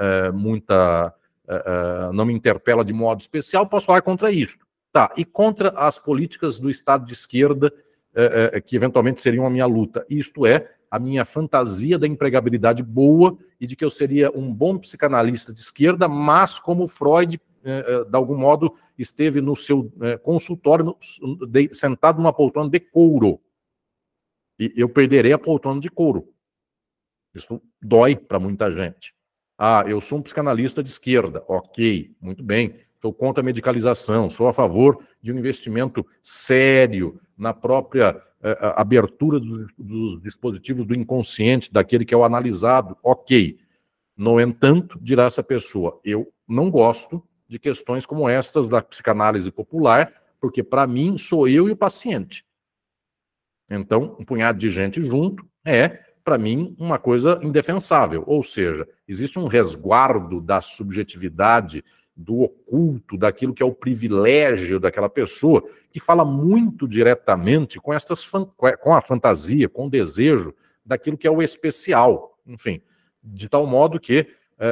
não me interpela de modo especial, posso falar contra isso. Tá, e contra as políticas do Estado de esquerda que eventualmente seriam a minha luta. Isto é, a minha fantasia da empregabilidade boa e de que eu seria um bom psicanalista de esquerda, mas como Freud, de algum modo, esteve no seu consultório, sentado numa poltrona de couro. E eu perderei a poltrona de couro. Isso dói para muita gente. Ah, eu sou um psicanalista de esquerda. Ok, muito bem. Sou contra a medicalização, sou a favor de um investimento sério na própria abertura dos dispositivos do inconsciente, daquele que é o analisado. Ok. No entanto, dirá essa pessoa, eu não gosto de questões como estas da psicanálise popular, porque para mim sou eu e o paciente. Então, um punhado de gente junto para mim, uma coisa indefensável. Ou seja, existe um resguardo da subjetividade, do oculto, daquilo que é o privilégio daquela pessoa, que fala muito diretamente com com a fantasia, com o desejo daquilo que é o especial. Enfim, de tal modo que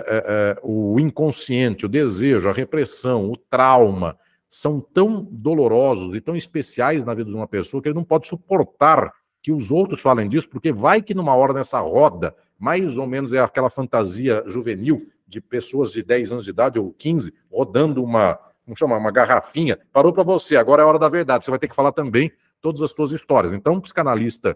o inconsciente, o desejo, a repressão, o trauma, são tão dolorosos e tão especiais na vida de uma pessoa que ele não pode suportar que os outros falem disso, porque vai que numa hora nessa roda, mais ou menos é aquela fantasia juvenil de pessoas de 10 anos de idade ou 15, rodando uma garrafinha, parou para você, agora é a hora da verdade, você vai ter que falar também todas as suas histórias. Então, um psicanalista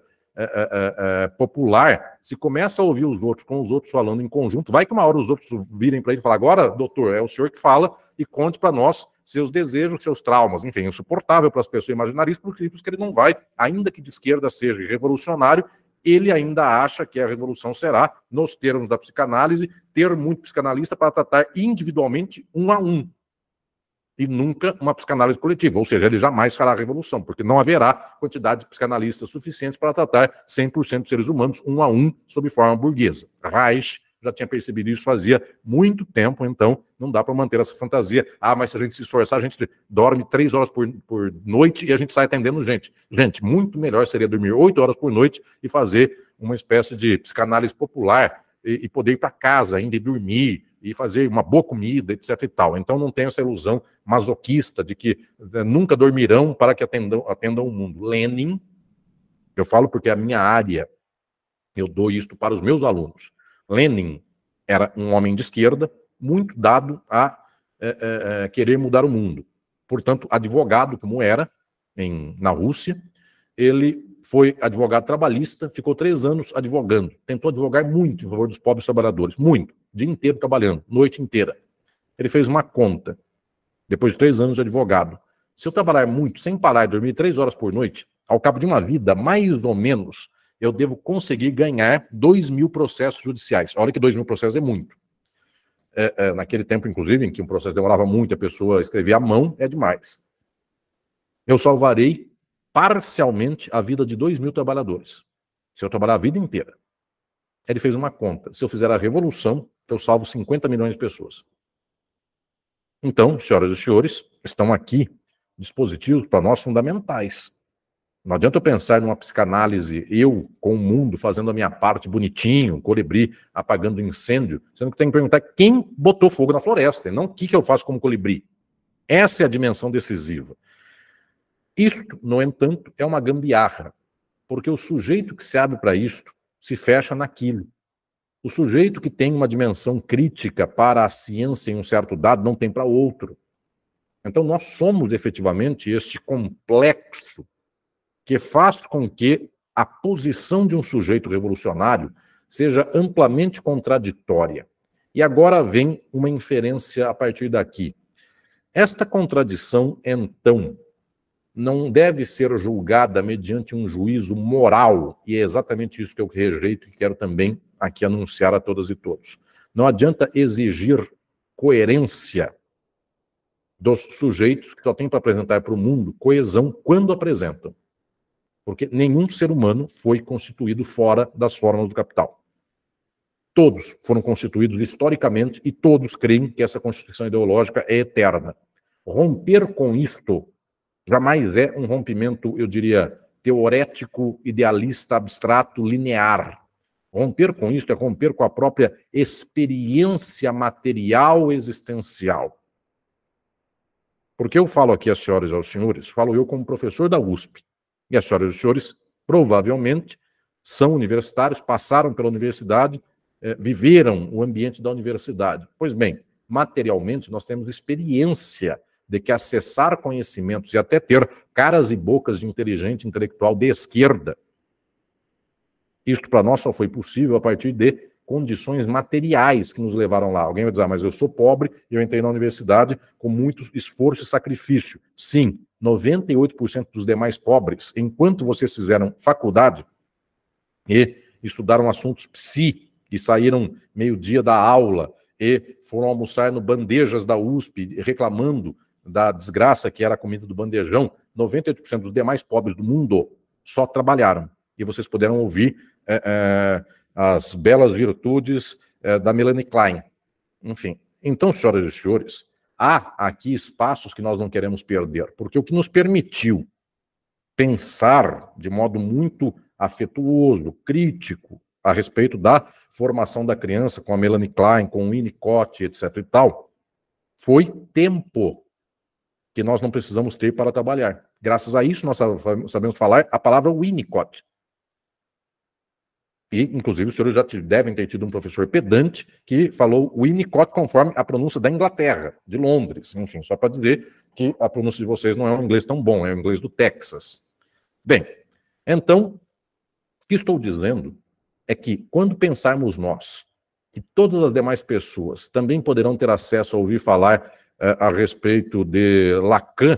popular, se começa a ouvir os outros, com os outros falando em conjunto, vai que uma hora os outros virem para ele e falar, agora, doutor, é o senhor que fala e conte para nós seus desejos, seus traumas, enfim, é insuportável para as pessoas imaginarem isso, porque ele não vai, ainda que de esquerda seja revolucionário, ele ainda acha que a revolução será, nos termos da psicanálise, ter muito psicanalista para tratar individualmente um a um, e nunca uma psicanálise coletiva, ou seja, ele jamais fará a revolução, porque não haverá quantidade de psicanalistas suficientes para tratar 100% dos seres humanos um a um, sob forma burguesa. Reich já tinha percebido isso fazia muito tempo, então não dá para manter essa fantasia. Ah, mas se a gente se esforçar, a gente dorme 3 horas por noite e a gente sai atendendo gente. Gente, muito melhor seria dormir 8 horas por noite e fazer uma espécie de psicanálise popular e poder ir para casa ainda e dormir, e fazer uma boa comida, etc. e tal. Então não tem essa ilusão masoquista de que nunca dormirão para que atendam o mundo. Lenin, eu falo porque é a minha área, eu dou isto para os meus alunos. Lenin era um homem de esquerda, muito dado a querer mudar o mundo. Portanto, advogado como era na Rússia, ele foi advogado trabalhista, ficou 3 anos advogando, tentou advogar muito em favor dos pobres trabalhadores, muito, dia inteiro trabalhando, noite inteira. Ele fez uma conta, depois de 3 anos de advogado. Se eu trabalhar muito, sem parar e dormir 3 horas por noite, ao cabo de uma vida, mais ou menos, eu devo conseguir ganhar 2.000 processos judiciais. Olha que 2.000 processos é muito. Naquele tempo, inclusive, em que um processo demorava muito, a pessoa escrevia à mão, é demais. Eu salvarei parcialmente a vida de 2.000 trabalhadores, se eu trabalhar a vida inteira. Ele fez uma conta. Se eu fizer a revolução, eu salvo 50 milhões de pessoas. Então, senhoras e senhores, estão aqui dispositivos para nós fundamentais. Não adianta eu pensar numa psicanálise, eu com o mundo, fazendo a minha parte bonitinho, colibri, apagando incêndio, sendo que tem que perguntar quem botou fogo na floresta, e não o que eu faço como colibri. Essa é a dimensão decisiva. Isto, no entanto, é uma gambiarra, porque o sujeito que se abre para isto se fecha naquilo. O sujeito que tem uma dimensão crítica para a ciência em um certo dado não tem para outro. Então nós somos efetivamente este complexo que faz com que a posição de um sujeito revolucionário seja amplamente contraditória. E agora vem uma inferência a partir daqui. Esta contradição, então, não deve ser julgada mediante um juízo moral, e é exatamente isso que eu rejeito e quero também aqui anunciar a todas e todos. Não adianta exigir coerência dos sujeitos que só têm para apresentar para o mundo coesão quando apresentam. Porque nenhum ser humano foi constituído fora das formas do capital. Todos foram constituídos historicamente e todos creem que essa constituição ideológica é eterna. Romper com isto jamais é um rompimento, eu diria, teorético, idealista, abstrato, linear. Romper com isto é romper com a própria experiência material existencial. Porque eu falo aqui às senhoras e aos senhores, falo eu como professor da USP. E as senhoras e os senhores, provavelmente, são universitários, passaram pela universidade, viveram o ambiente da universidade. Pois bem, materialmente, nós temos experiência de que acessar conhecimentos e até ter caras e bocas de inteligente intelectual de esquerda, isso para nós só foi possível a partir de condições materiais que nos levaram lá. Alguém vai dizer, mas eu sou pobre e eu entrei na universidade com muito esforço e sacrifício. Sim, 98% dos demais pobres, enquanto vocês fizeram faculdade e estudaram assuntos psi, e saíram meio-dia da aula e foram almoçar no Bandejas da USP, reclamando da desgraça que era a comida do bandejão, 98% dos demais pobres do mundo só trabalharam. e vocês puderam ouvir as belas virtudes da Melanie Klein. Enfim, então, senhoras e senhores, há aqui espaços que nós não queremos perder, porque o que nos permitiu pensar de modo muito afetuoso, crítico, a respeito da formação da criança com a Melanie Klein, com o Winnicott, etc. e tal, foi tempo que nós não precisamos ter para trabalhar. Graças a isso, nós sabemos falar a palavra Winnicott. E, inclusive, os senhores já devem ter tido um professor pedante que falou Winnicott conforme a pronúncia da Inglaterra, de Londres. Enfim, só para dizer que a pronúncia de vocês não é um inglês tão bom, é o inglês do Texas. Bem, então, o que estou dizendo é que, quando pensarmos nós, que todas as demais pessoas também poderão ter acesso a ouvir falar a respeito de Lacan,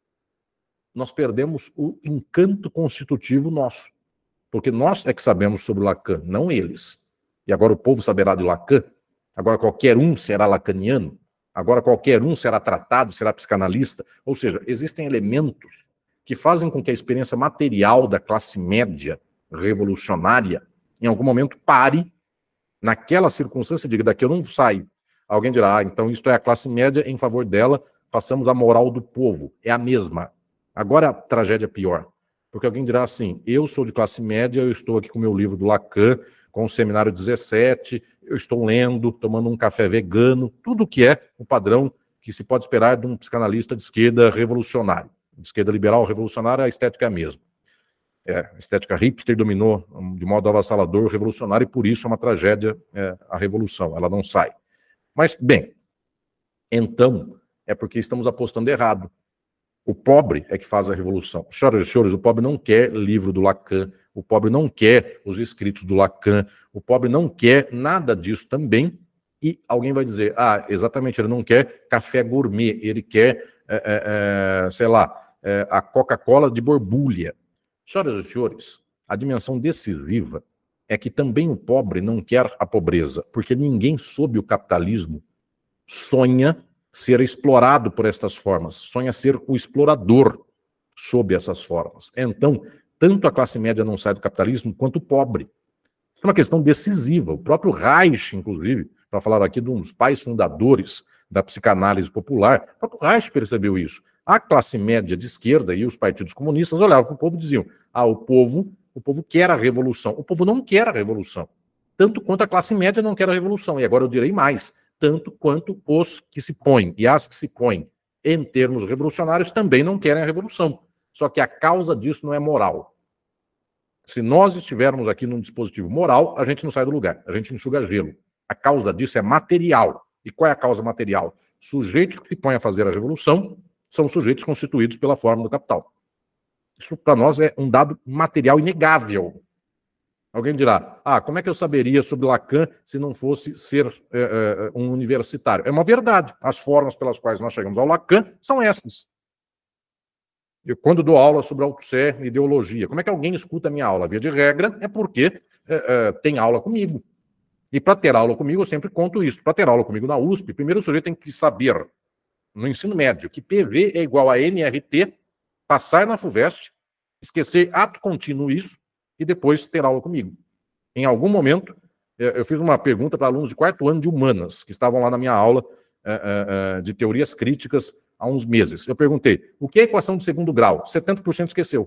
nós perdemos o encanto constitutivo nosso. Porque nós é que sabemos sobre Lacan, não eles. E agora o povo saberá de Lacan, agora qualquer um será lacaniano, agora qualquer um será tratado, será psicanalista. Ou seja, existem elementos que fazem com que a experiência material da classe média revolucionária, em algum momento, pare naquela circunstância e diga, daqui eu não saio. Alguém dirá, então isto é a classe média, em favor dela, passamos a moral do povo. É a mesma. Agora a tragédia é pior. Porque alguém dirá assim, eu sou de classe média, eu estou aqui com o meu livro do Lacan, com o Seminário 17, eu estou lendo, tomando um café vegano, tudo que é o padrão que se pode esperar de um psicanalista de esquerda revolucionário. De esquerda liberal revolucionária, a estética é a mesma. A estética hipster dominou de modo avassalador o revolucionário, e por isso é uma tragédia a revolução, ela não sai. Mas, bem, então, é porque estamos apostando errado. O pobre é que faz a revolução. Senhoras e senhores, o pobre não quer livro do Lacan, o pobre não quer os escritos do Lacan, o pobre não quer nada disso também, e alguém vai dizer, exatamente, ele não quer café gourmet, ele quer, sei lá, a Coca-Cola de borbulha. Senhoras e senhores, a dimensão decisiva é que também o pobre não quer a pobreza, porque ninguém sob o capitalismo sonha ser explorado por estas formas, sonha ser o explorador sob essas formas. Então, tanto a classe média não sai do capitalismo, quanto o pobre. Isso é uma questão decisiva. O próprio Reich, inclusive, para falar aqui de um dos pais fundadores da psicanálise popular, o próprio Reich percebeu isso. A classe média de esquerda e os partidos comunistas olhavam para o povo e diziam, o povo quer a revolução. O povo não quer a revolução. Tanto quanto a classe média não quer a revolução. E agora eu direi mais, tanto quanto os que se põem e as que se põem em termos revolucionários também não querem a revolução. Só que a causa disso não é moral. Se nós estivermos aqui num dispositivo moral, a gente não sai do lugar, a gente enxuga gelo. A causa disso é material. E qual é a causa material? Sujeitos que se põem a fazer a revolução são sujeitos constituídos pela forma do capital. Isso para nós é um dado material inegável. Alguém dirá, como é que eu saberia sobre Lacan se não fosse ser um universitário? É uma verdade. As formas pelas quais nós chegamos ao Lacan são essas. Eu, quando dou aula sobre Althusser e ideologia, como é que alguém escuta a minha aula? Via de regra, é porque tem aula comigo. E para ter aula comigo, eu sempre conto isso. Para ter aula comigo na USP, primeiro o sujeito tem que saber, no ensino médio, que PV é igual a NRT, passar na FUVEST, esquecer ato contínuo isso, e depois ter aula comigo. Em algum momento, eu fiz uma pergunta para alunos de 4º ano de humanas, que estavam lá na minha aula de teorias críticas há uns meses. Eu perguntei, o que é equação de segundo grau? 70% esqueceu.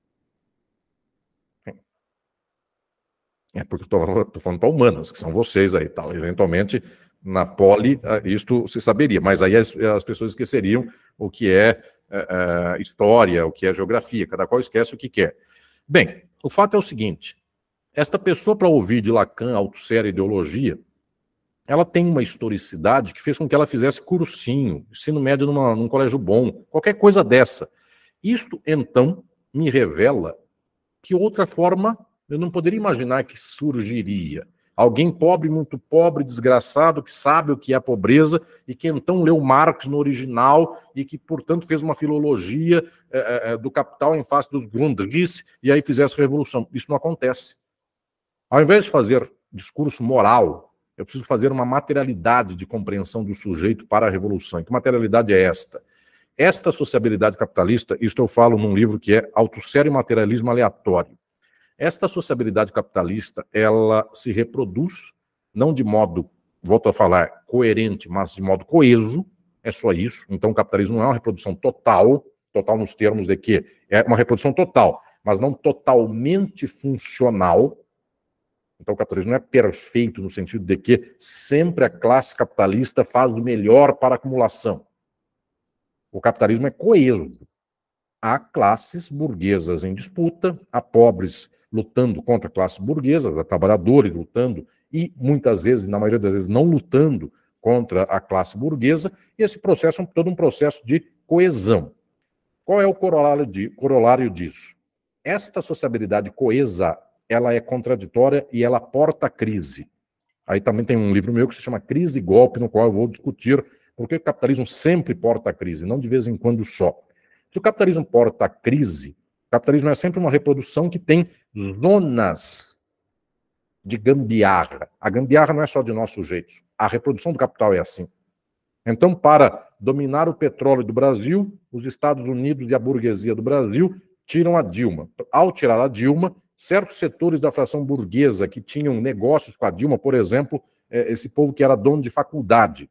Porque estou falando para humanas, que são vocês aí, tal. Eventualmente, na poli, isto se saberia, mas aí as pessoas esqueceriam o que é história, o que é geografia, cada qual esquece o que quer. Bem, o fato é o seguinte, esta pessoa, para ouvir de Lacan, Althusser e ideologia, ela tem uma historicidade que fez com que ela fizesse cursinho, ensino médio num colégio bom, qualquer coisa dessa. Isto, então, me revela que outra forma eu não poderia imaginar que surgiria. Alguém pobre, muito pobre, desgraçado, que sabe o que é a pobreza e que então leu Marx no original e que, portanto, fez uma filologia do Capital em face do Grundrisse e aí fizesse revolução. Isso não acontece. Ao invés de fazer discurso moral, eu preciso fazer uma materialidade de compreensão do sujeito para a revolução. E que materialidade é esta? Esta sociabilidade capitalista, isto eu falo num livro que é Althusser e Materialismo Aleatório. Esta sociabilidade capitalista, ela se reproduz, não de modo, volto a falar, coerente, mas de modo coeso, é só isso. Então o capitalismo não é uma reprodução total nos termos de que é uma reprodução total, mas não totalmente funcional. Então o capitalismo não é perfeito no sentido de que sempre a classe capitalista faz o melhor para a acumulação. O capitalismo é coeso. Há classes burguesas em disputa, há pobres lutando contra classes burguesas, há trabalhadores lutando e muitas vezes, na maioria das vezes, não lutando contra a classe burguesa, e esse processo é todo um processo de coesão. Qual é o corolário disso? Esta sociabilidade coesa, ela é contraditória e ela porta a crise. Aí também tem um livro meu que se chama Crise e Golpe, no qual eu vou discutir por que o capitalismo sempre porta a crise, não de vez em quando só. Se o capitalismo porta a crise, o capitalismo é sempre uma reprodução que tem zonas de gambiarra. A gambiarra não é só de nós sujeitos. A reprodução do capital é assim. Então, para dominar o petróleo do Brasil, os Estados Unidos e a burguesia do Brasil tiram a Dilma. Ao tirar a Dilma, certos setores da fração burguesa que tinham negócios com a Dilma, por exemplo, esse povo que era dono de faculdade,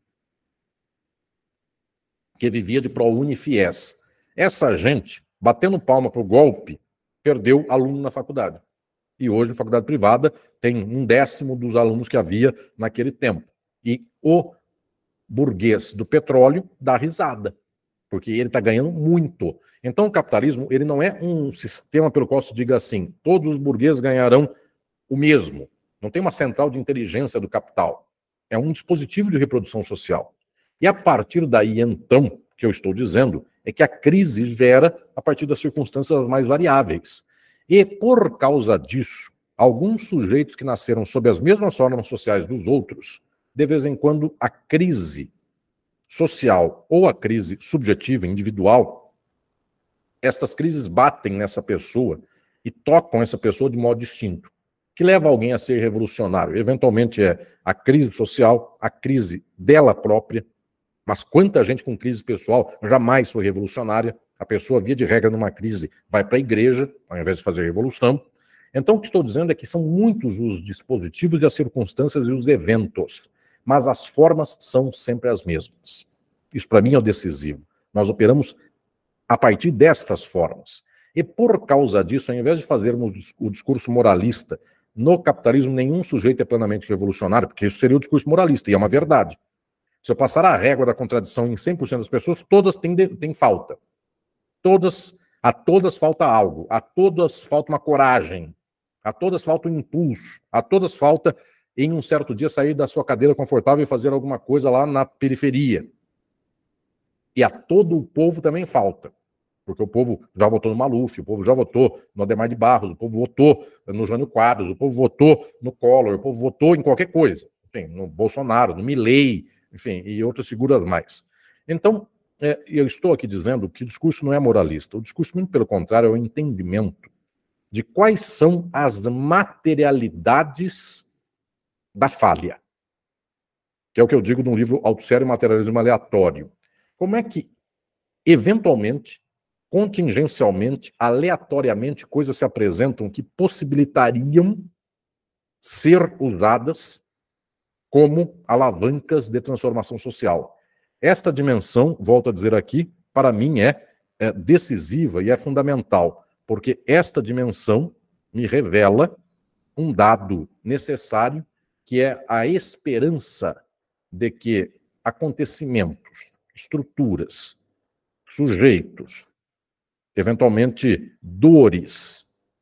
que vivia de ProUni e Fies. Essa gente, batendo palma para o golpe, perdeu aluno na faculdade. E hoje, a faculdade privada tem 1/10 dos alunos que havia naquele tempo. E o burguês do petróleo dá risada, porque ele está ganhando muito. Então, o capitalismo ele não é um sistema pelo qual se diga assim, todos os burgueses ganharão o mesmo. Não tem uma central de inteligência do capital. É um dispositivo de reprodução social. E a partir daí, então, que eu estou dizendo, é que a crise gera a partir das circunstâncias mais variáveis. E, por causa disso, alguns sujeitos que nasceram sob as mesmas normas sociais dos outros, de vez em quando a crise social ou a crise subjetiva, individual, estas crises batem nessa pessoa e tocam essa pessoa de modo distinto, que leva alguém a ser revolucionário. Eventualmente é a crise social, a crise dela própria, mas quanta gente com crise pessoal jamais foi revolucionária. A pessoa, via de regra, numa crise, vai para a igreja, ao invés de fazer revolução. Então, o que estou dizendo é que são muitos os dispositivos e as circunstâncias e os eventos, mas as formas são sempre as mesmas. Isso, para mim, é o decisivo. Nós operamos a partir destas formas. E, por causa disso, ao invés de fazermos o discurso moralista, no capitalismo nenhum sujeito é plenamente revolucionário, porque isso seria o discurso moralista, e é uma verdade. Se eu passar a régua da contradição em 100% das pessoas, todas têm falta. A todas falta algo, a todas falta uma coragem, a todas falta um impulso, a todas falta, em um certo dia, sair da sua cadeira confortável e fazer alguma coisa lá na periferia. E a todo o povo também falta, porque o povo já votou no Maluf, o povo já votou no Adhemar de Barros, o povo votou no Jânio Quadros, o povo votou no Collor, o povo votou em qualquer coisa, enfim, no Bolsonaro, no Milei, enfim, e outras figuras mais. Então, eu estou aqui dizendo que o discurso não é moralista. O discurso, muito pelo contrário, é o entendimento de quais são as materialidades da falha. Que é o que eu digo no livro Auto-Sério e Materialismo Aleatório. Como é que, eventualmente, contingencialmente, aleatoriamente, coisas se apresentam que possibilitariam ser usadas como alavancas de transformação social. Esta dimensão, volto a dizer aqui, para mim é decisiva e é fundamental, porque esta dimensão me revela um dado necessário, que é a esperança de que acontecimentos, estruturas, sujeitos, eventualmente dores,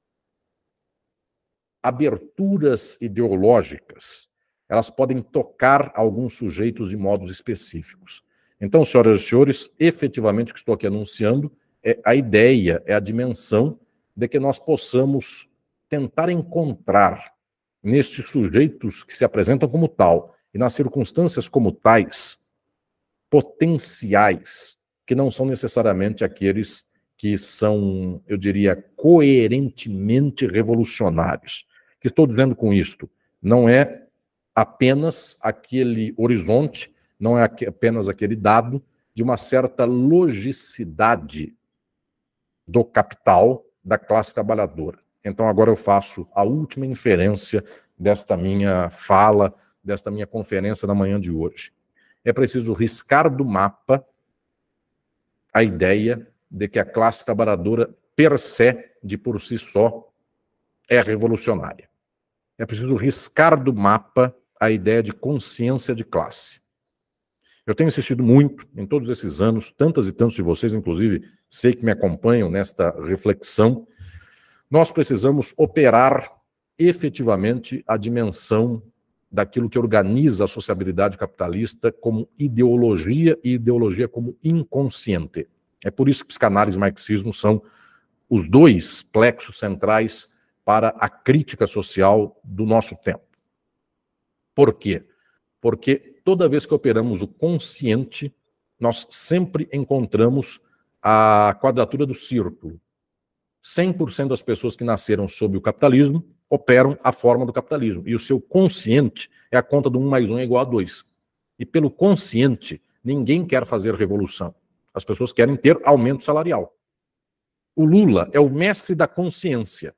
aberturas ideológicas, elas podem tocar alguns sujeitos de modos específicos. Então, senhoras e senhores, efetivamente o que estou aqui anunciando é a ideia, é a dimensão de que nós possamos tentar encontrar nestes sujeitos que se apresentam como tal e nas circunstâncias como tais, potenciais, que não são necessariamente aqueles que são, eu diria, coerentemente revolucionários. O que estou dizendo com isto? Não é apenas aquele horizonte, não é apenas aquele dado de uma certa logicidade do capital da classe trabalhadora. Então agora eu faço a última inferência desta minha fala, desta minha conferência da manhã de hoje. É preciso riscar do mapa a ideia de que a classe trabalhadora per se, de por si só, é revolucionária. É preciso riscar do mapa a ideia de consciência de classe. Eu tenho insistido muito, em todos esses anos, tantas e tantos de vocês, inclusive, sei que me acompanham nesta reflexão, nós precisamos operar efetivamente a dimensão daquilo que organiza a sociabilidade capitalista como ideologia e ideologia como inconsciente. É por isso que psicanálise e marxismo são os dois plexos centrais para a crítica social do nosso tempo. Por quê? Porque toda vez que operamos o consciente, nós sempre encontramos a quadratura do círculo. 100% das pessoas que nasceram sob o capitalismo operam a forma do capitalismo. E o seu consciente é a conta do 1 mais 1 é igual a 2. E pelo consciente, ninguém quer fazer revolução. As pessoas querem ter aumento salarial. O Lula é o mestre da consciência.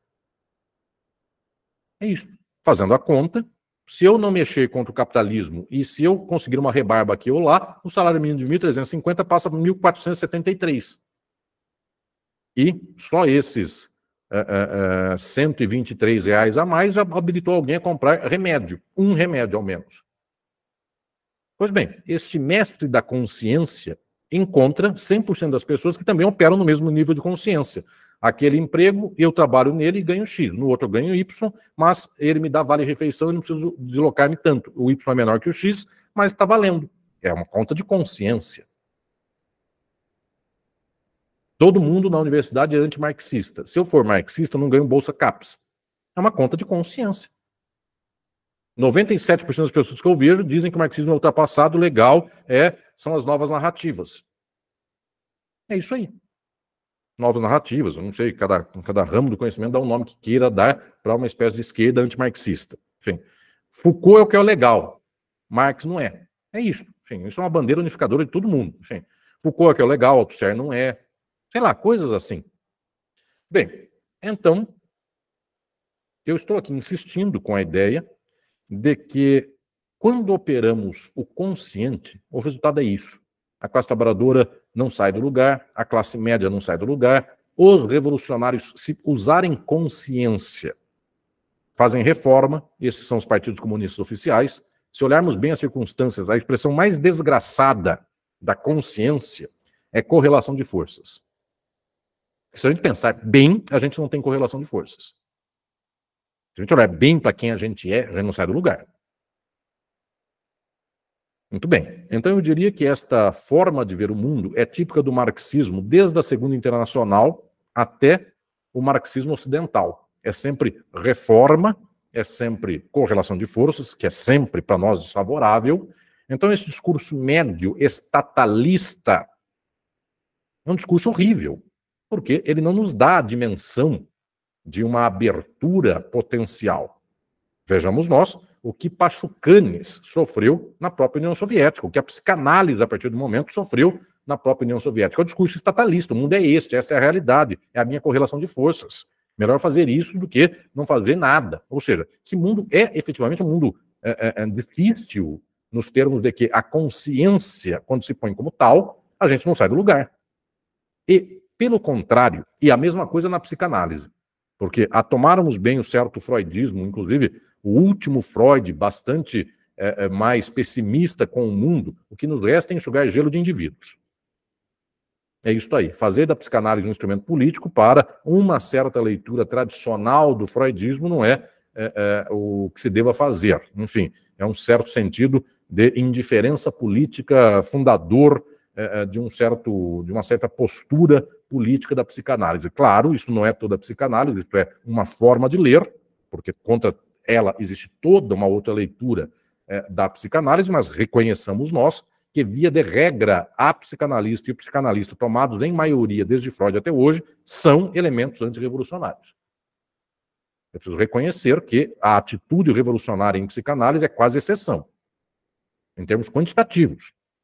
É isso. Fazendo a conta, se eu não mexer contra o capitalismo e se eu conseguir uma rebarba aqui ou lá, o salário mínimo de 1.350 passa para 1.473. E só esses R$123 a mais já habilitou alguém a comprar remédio, um remédio ao menos. Pois bem, este mestre da consciência encontra 100% das pessoas que também operam no mesmo nível de consciência. Aquele emprego, eu trabalho nele e ganho X, no outro eu ganho Y, mas ele me dá vale-refeição e não preciso deslocar-me tanto. O Y é menor que o X, mas está valendo. É uma conta de consciência. Todo mundo na universidade é antimarxista. Se eu for marxista, eu não ganho bolsa CAPES. É uma conta de consciência. 97% das pessoas que eu vejo dizem que o marxismo é ultrapassado, legal, são as novas narrativas. É isso aí. Novas narrativas, eu não sei, cada ramo do conhecimento dá um nome que queira dar para uma espécie de esquerda antimarxista. Enfim, Foucault é o que é o legal, Marx não é. É isso. Enfim, isso é uma bandeira unificadora de todo mundo. Enfim, Foucault é o que é o legal, Althusser não é. Sei lá, coisas assim. Bem, então, eu estou aqui insistindo com a ideia de que quando operamos o consciente, o resultado é isso. A classe trabalhadora não sai do lugar, a classe média não sai do lugar, os revolucionários, se usarem consciência, fazem reforma, esses são os partidos comunistas oficiais. Se olharmos bem as circunstâncias, a expressão mais desgraçada da consciência é correlação de forças. Se a gente pensar bem, a gente não tem correlação de forças. Se a gente olhar bem para quem a gente não sai do lugar. Muito bem. Então eu diria que esta forma de ver o mundo é típica do marxismo desde a Segunda Internacional até o marxismo ocidental. É sempre reforma, é sempre correlação de forças, que é sempre para nós desfavorável. Então esse discurso médio estatalista é um discurso horrível, porque ele não nos dá a dimensão de uma abertura potencial. Vejamos nós o que Pachucanes sofreu na própria União Soviética, o que a psicanálise, a partir do momento, sofreu na própria União Soviética. É o discurso estatalista, o mundo é este, essa é a realidade, é a minha correlação de forças. Melhor fazer isso do que não fazer nada. Ou seja, esse mundo é efetivamente um mundo difícil, nos termos de que a consciência, quando se põe como tal, a gente não sai do lugar. E, pelo contrário, e a mesma coisa na psicanálise, porque a tomarmos bem o certo freudismo, inclusive o último Freud, bastante mais pessimista com o mundo, o que nos resta é enxugar gelo de indivíduos. É isso aí, fazer da psicanálise um instrumento político para uma certa leitura tradicional do freudismo não é o que se deva fazer. Enfim, é um certo sentido de indiferença política fundador de uma certa postura política da psicanálise. Claro, isso não é toda a psicanálise, isso é uma forma de ler, porque contra ela existe toda uma outra leitura da psicanálise, mas reconheçamos nós que, via de regra, a psicanalista e o psicanalista, tomados em maioria desde Freud até hoje, são elementos antirrevolucionários. É preciso reconhecer que a atitude revolucionária em psicanálise é quase exceção, em termos quantitativos.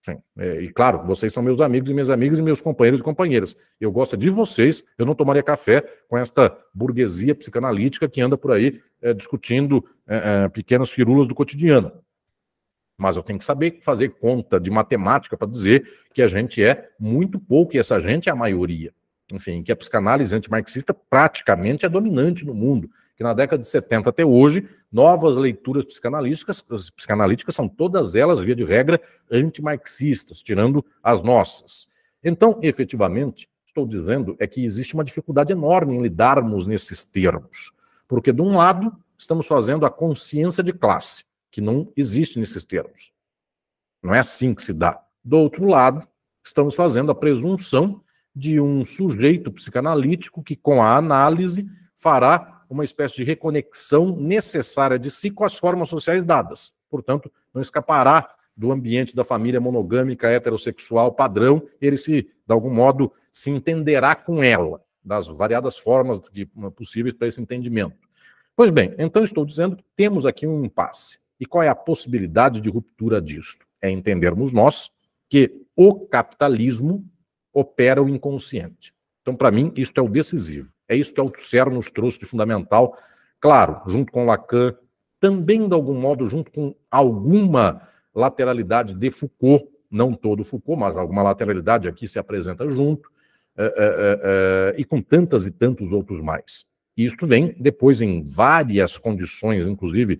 Sim. E claro, vocês são meus amigos e minhas amigas e meus companheiros e companheiras. Eu gosto de vocês, eu não tomaria café com esta burguesia psicanalítica que anda por aí discutindo pequenas firulas do cotidiano. Mas eu tenho que saber fazer conta de matemática para dizer que a gente é muito pouco e essa gente é a maioria. Enfim, que a psicanálise antimarxista praticamente é dominante no mundo. Que na década de 70 até hoje, novas leituras psicanalíticas são todas elas, via de regra, antimarxistas, tirando as nossas. Então, efetivamente, estou dizendo é que existe uma dificuldade enorme em lidarmos nesses termos. Porque, de um lado, estamos fazendo a consciência de classe, que não existe nesses termos. Não é assim que se dá. Do outro lado, estamos fazendo a presunção de um sujeito psicanalítico que, com a análise, fará uma espécie de reconexão necessária de si com as formas sociais dadas. Portanto, não escapará do ambiente da família monogâmica heterossexual padrão, ele de algum modo, se entenderá com ela, das variadas formas possíveis para esse entendimento. Pois bem, então estou dizendo que temos aqui um impasse. E qual é a possibilidade de ruptura disto? É entendermos nós que o capitalismo opera o inconsciente. Então, para mim, isso é o decisivo. É isso que a Althusser nos trouxe de fundamental, claro, junto com Lacan, também, de algum modo, junto com alguma lateralidade de Foucault, não todo Foucault, mas alguma lateralidade aqui se apresenta junto, e com tantas e tantos outros mais. Isso vem depois em várias condições, inclusive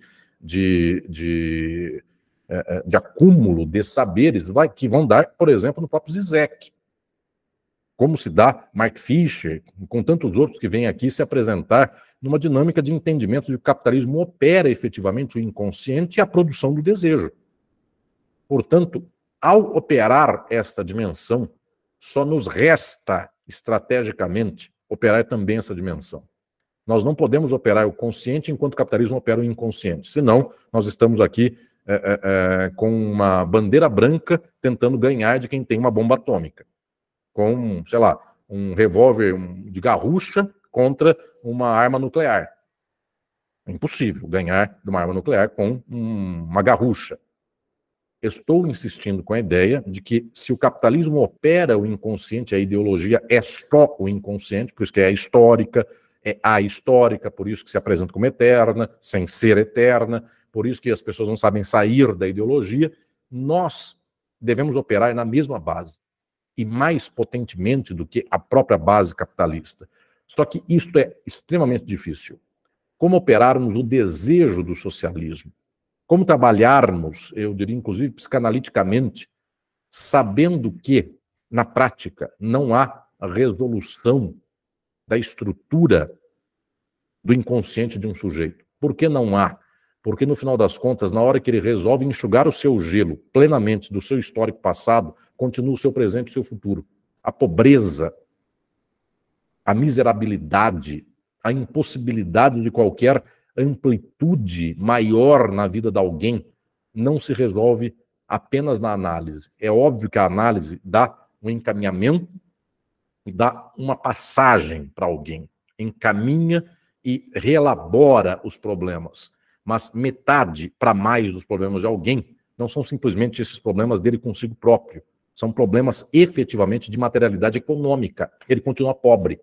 de acúmulo de saberes, que vão dar, por exemplo, no próprio Zizek. Como se dá Mark Fisher, com tantos outros que vêm aqui se apresentar numa dinâmica de entendimento de que o capitalismo opera efetivamente o inconsciente e a produção do desejo. Portanto, ao operar esta dimensão, só nos resta, estrategicamente, operar também essa dimensão. Nós não podemos operar o consciente enquanto o capitalismo opera o inconsciente. Senão, nós estamos aqui com uma bandeira branca tentando ganhar de quem tem uma bomba atômica. Com, sei lá, um revólver de garrucha contra uma arma nuclear. É impossível ganhar de uma arma nuclear com uma garrucha. Estou insistindo com a ideia de que se o capitalismo opera o inconsciente, a ideologia é só o inconsciente, por isso que é histórica, é ahistórica, por isso que se apresenta como eterna, sem ser eterna, por isso que as pessoas não sabem sair da ideologia, nós devemos operar na mesma base. E mais potentemente do que a própria base capitalista. Só que isto é extremamente difícil. Como operarmos o desejo do socialismo? Como trabalharmos, eu diria inclusive psicanaliticamente, sabendo que, na prática, não há a resolução da estrutura do inconsciente de um sujeito. Por que não há? Porque, no final das contas, na hora que ele resolve enxugar o seu gelo plenamente do seu histórico passado, continua o seu presente e o seu futuro. A pobreza, a miserabilidade, a impossibilidade de qualquer amplitude maior na vida de alguém não se resolve apenas na análise. É óbvio que a análise dá um encaminhamento e dá uma passagem para alguém. Encaminha e reelabora os problemas. Mas metade para mais dos problemas de alguém não são simplesmente esses problemas dele consigo próprio. São problemas efetivamente de materialidade econômica. Ele continua pobre.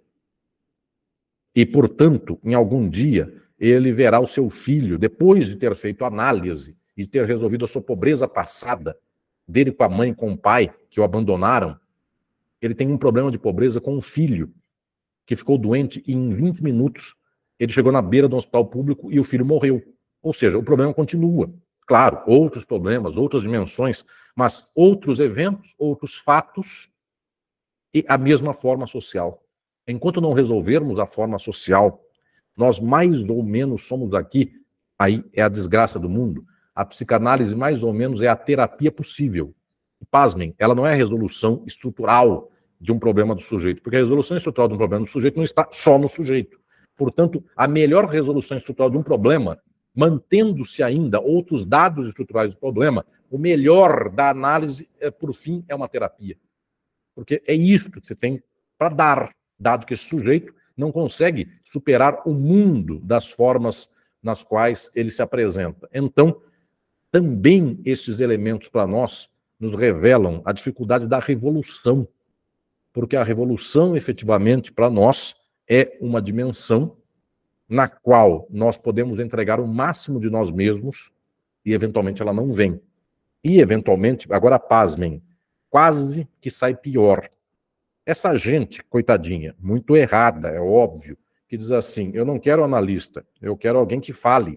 E, portanto, em algum dia, ele verá o seu filho, depois de ter feito análise e ter resolvido a sua pobreza passada, dele com a mãe e com o pai, que o abandonaram, ele tem um problema de pobreza com um filho, que ficou doente e em 20 minutos ele chegou na beira do hospital público e o filho morreu. Ou seja, o problema continua. Claro, outros problemas, outras dimensões, mas outros eventos, outros fatos e a mesma forma social. Enquanto não resolvermos a forma social, nós mais ou menos somos aqui, aí é a desgraça do mundo, a psicanálise mais ou menos é a terapia possível. E, pasmem, ela não é a resolução estrutural de um problema do sujeito, porque a resolução estrutural de um problema do sujeito não está só no sujeito. Portanto, a melhor resolução estrutural de um problema, mantendo-se ainda outros dados estruturais do problema, o melhor da análise, por fim, é uma terapia. Porque é isso que você tem para dar, dado que esse sujeito não consegue superar o mundo das formas nas quais ele se apresenta. Então, também esses elementos para nós nos revelam a dificuldade da revolução, porque a revolução, efetivamente, para nós, é uma dimensão na qual nós podemos entregar o máximo de nós mesmos e, eventualmente, ela não vem. E, eventualmente, agora pasmem, quase que sai pior. Essa gente, coitadinha, muito errada, é óbvio, que diz assim, eu não quero analista, eu quero alguém que fale.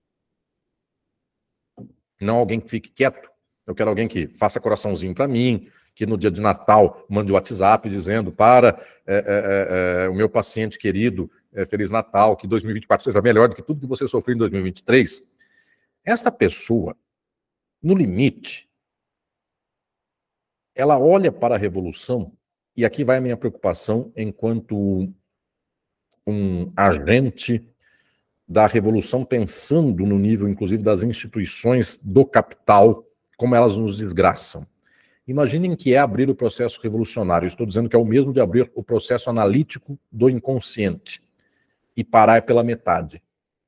Não alguém que fique quieto. Eu quero alguém que faça coraçãozinho para mim, que no dia de Natal mande o WhatsApp dizendo para o meu paciente querido, Feliz Natal, que 2024 seja melhor do que tudo que você sofreu em 2023. Esta pessoa, no limite, ela olha para a revolução, e aqui vai a minha preocupação enquanto um agente da revolução, pensando no nível, inclusive, das instituições do capital, como elas nos desgraçam. Imaginem que é abrir o processo revolucionário. Estou dizendo que é o mesmo de abrir o processo analítico do inconsciente e parar pela metade.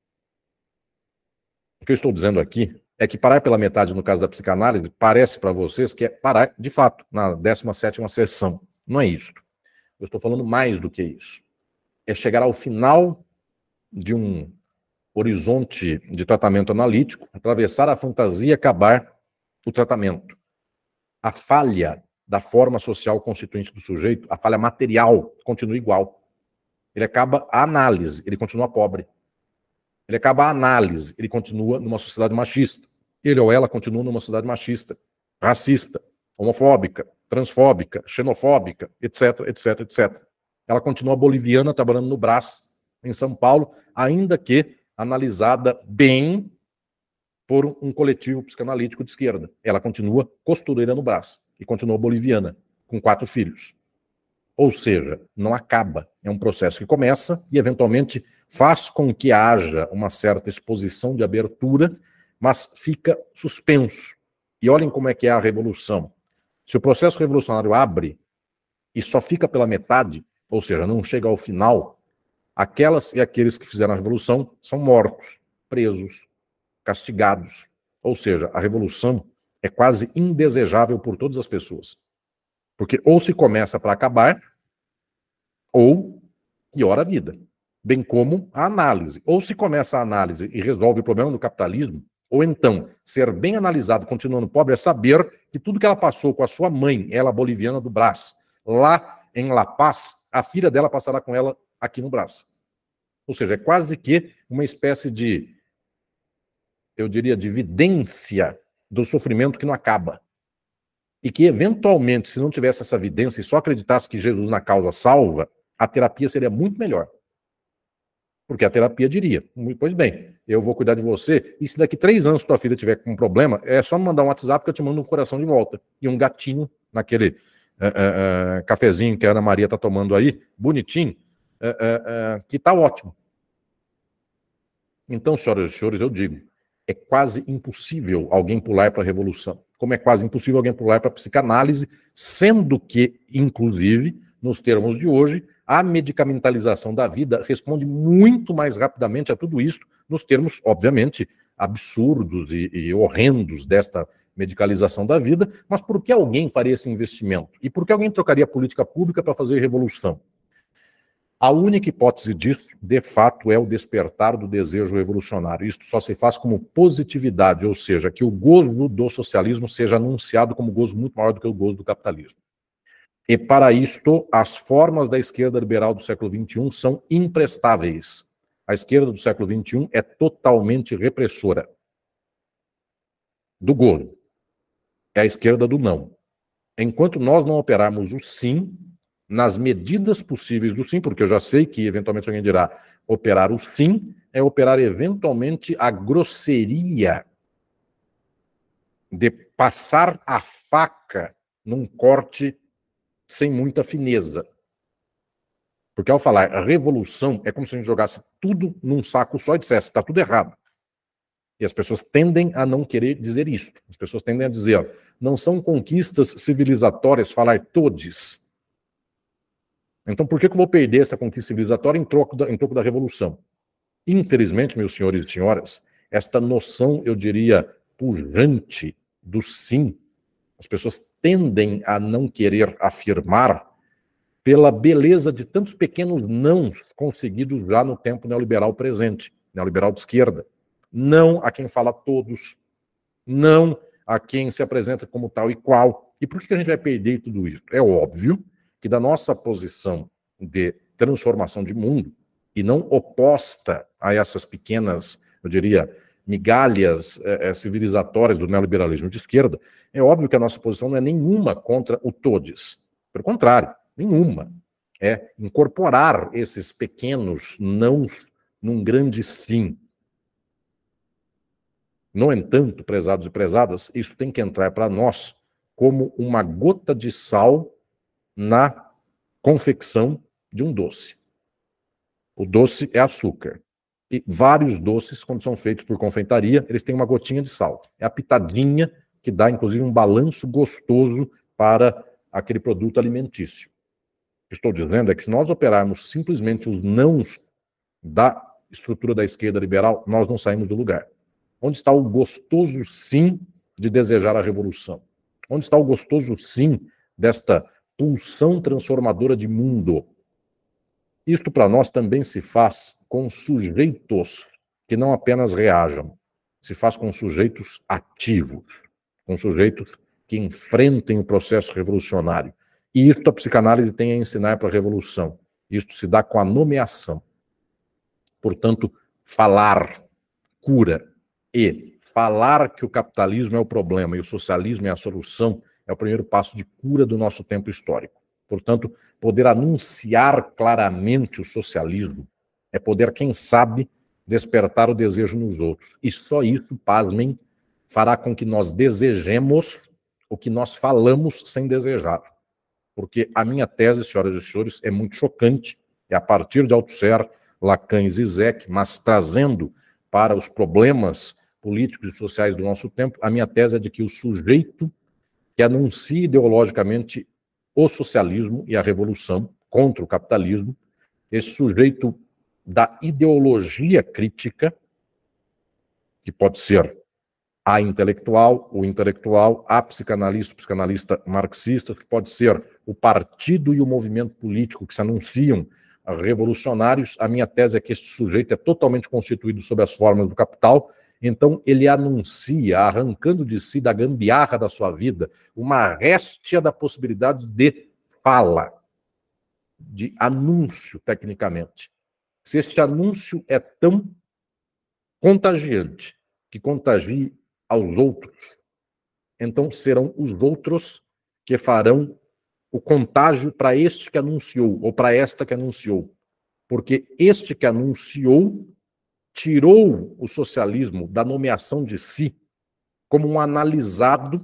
O que eu estou dizendo aqui é que parar pela metade, no caso da psicanálise, parece para vocês que é parar, de fato, na 17ª sessão. Não é isso. Eu estou falando mais do que isso. É chegar ao final de um horizonte de tratamento analítico, atravessar a fantasia e acabar o tratamento. A falha da forma social constituinte do sujeito, a falha material, continua igual. Ele acaba a análise, ele continua pobre. Ele acaba a análise, ele continua numa sociedade machista. Ele ou ela continua numa sociedade machista, racista, homofóbica, transfóbica, xenofóbica, etc, etc, etc. Ela continua boliviana, trabalhando no Brás, em São Paulo, ainda que analisada bem por um coletivo psicanalítico de esquerda. Ela continua costureira no Brás e continua boliviana, com 4 filhos. Ou seja, não acaba. É um processo que começa e, eventualmente, faz com que haja uma certa exposição de abertura, mas fica suspenso. E olhem como é que é a revolução. Se o processo revolucionário abre e só fica pela metade, ou seja, não chega ao final, aquelas e aqueles que fizeram a revolução são mortos, presos, castigados. Ou seja, a revolução é quase indesejável por todas as pessoas. Porque ou se começa para acabar, ou piora a vida. Bem como a análise. Ou se começa a análise e resolve o problema do capitalismo, ou então, ser bem analisado, continuando pobre, é saber que tudo que ela passou com a sua mãe, ela boliviana do Brás, lá em La Paz, a filha dela passará com ela aqui no Brás. Ou seja, é quase que uma espécie de, eu diria, de evidência do sofrimento que não acaba. E que, eventualmente, se não tivesse essa evidência e só acreditasse que Jesus na causa salva, a terapia seria muito melhor. Porque a terapia diria, pois bem, eu vou cuidar de você, e se daqui 3 anos tua filha tiver com um problema, é só me mandar um WhatsApp que eu te mando um coração de volta. E um gatinho, naquele cafezinho que a Ana Maria está tomando aí, bonitinho, que está ótimo. Então, senhoras e senhores, eu digo, é quase impossível alguém pular para a revolução. Como é quase impossível alguém pular para a psicanálise, sendo que, inclusive, nos termos de hoje, a medicamentalização da vida responde muito mais rapidamente a tudo isso, nos termos, obviamente, absurdos e horrendos desta medicalização da vida, mas por que alguém faria esse investimento? E por que alguém trocaria a política pública para fazer revolução? A única hipótese disso, de fato, é o despertar do desejo revolucionário. Isto só se faz como positividade, ou seja, que o gozo do socialismo seja anunciado como gozo muito maior do que o gozo do capitalismo. E para isto, as formas da esquerda liberal do século XXI são imprestáveis. A esquerda do século XXI é totalmente repressora do gozo. É a esquerda do não. Enquanto nós não operarmos o sim, nas medidas possíveis do sim, porque eu já sei que eventualmente alguém dirá, operar o sim é operar eventualmente a grosseria de passar a faca num corte sem muita fineza. Porque ao falar a revolução, é como se a gente jogasse tudo num saco só e dissesse, está tudo errado. E as pessoas tendem a não querer dizer isso. As pessoas tendem a dizer, ó, não são conquistas civilizatórias falar todes. Então por que eu vou perder essa conquista civilizatória em troco da revolução? Infelizmente, meus senhores e senhoras, esta noção, eu diria, pujante do sim, As pessoas tendem a não querer afirmar pela beleza de tantos pequenos nãos conseguidos já no tempo neoliberal presente, neoliberal de esquerda. Não a quem fala todos, não a quem se apresenta como tal e qual. E por que a gente vai perder tudo isso? É óbvio que da nossa posição de transformação de mundo, e não oposta a essas pequenas, eu diria, migalhas civilizatórias do neoliberalismo de esquerda, é óbvio que a nossa posição não é nenhuma contra o todes. Pelo contrário, nenhuma. É incorporar esses pequenos nãos num grande sim. No entanto, prezados e prezadas, isso tem que entrar para nós como uma gota de sal na confecção de um doce. O doce é açúcar. E vários doces, quando são feitos por confeitaria, eles têm uma gotinha de sal. É a pitadinha que dá, inclusive, um balanço gostoso para aquele produto alimentício. O que estou dizendo é que se nós operarmos simplesmente os nãos da estrutura da esquerda liberal, nós não saímos do lugar. Onde está o gostoso sim de desejar a revolução? Onde está o gostoso sim desta pulsão transformadora de mundo? Isto para nós também se faz com sujeitos que não apenas reajam, se faz com sujeitos ativos, com sujeitos que enfrentem o processo revolucionário. E isto a psicanálise tem a ensinar para a revolução. Isto se dá com a nomeação. Portanto, falar cura. E falar que o capitalismo é o problema e o socialismo é a solução é o primeiro passo de cura do nosso tempo histórico. Portanto, poder anunciar claramente o socialismo é poder, quem sabe, despertar o desejo nos outros. E só isso, pasmem, fará com que nós desejemos o que nós falamos sem desejar. Porque a minha tese, senhoras e senhores, é muito chocante, é a partir de Althusser, Lacan e Zizek, mas trazendo para os problemas políticos e sociais do nosso tempo, a minha tese é de que o sujeito que anuncia ideologicamente o socialismo e a revolução contra o capitalismo, esse sujeito da ideologia crítica, que pode ser a intelectual, o intelectual, a psicanalista, o psicanalista marxista, que pode ser o partido e o movimento político que se anunciam revolucionários, a minha tese é que este sujeito é totalmente constituído sob as formas do capital, então ele anuncia, arrancando de si, da gambiarra da sua vida, uma réstia da possibilidade de fala, de anúncio, tecnicamente. Se este anúncio é tão contagiante, que contagie aos outros, então serão os outros que farão o contágio para este que anunciou, ou para esta que anunciou. Porque este que anunciou tirou o socialismo da nomeação de si como um analisado,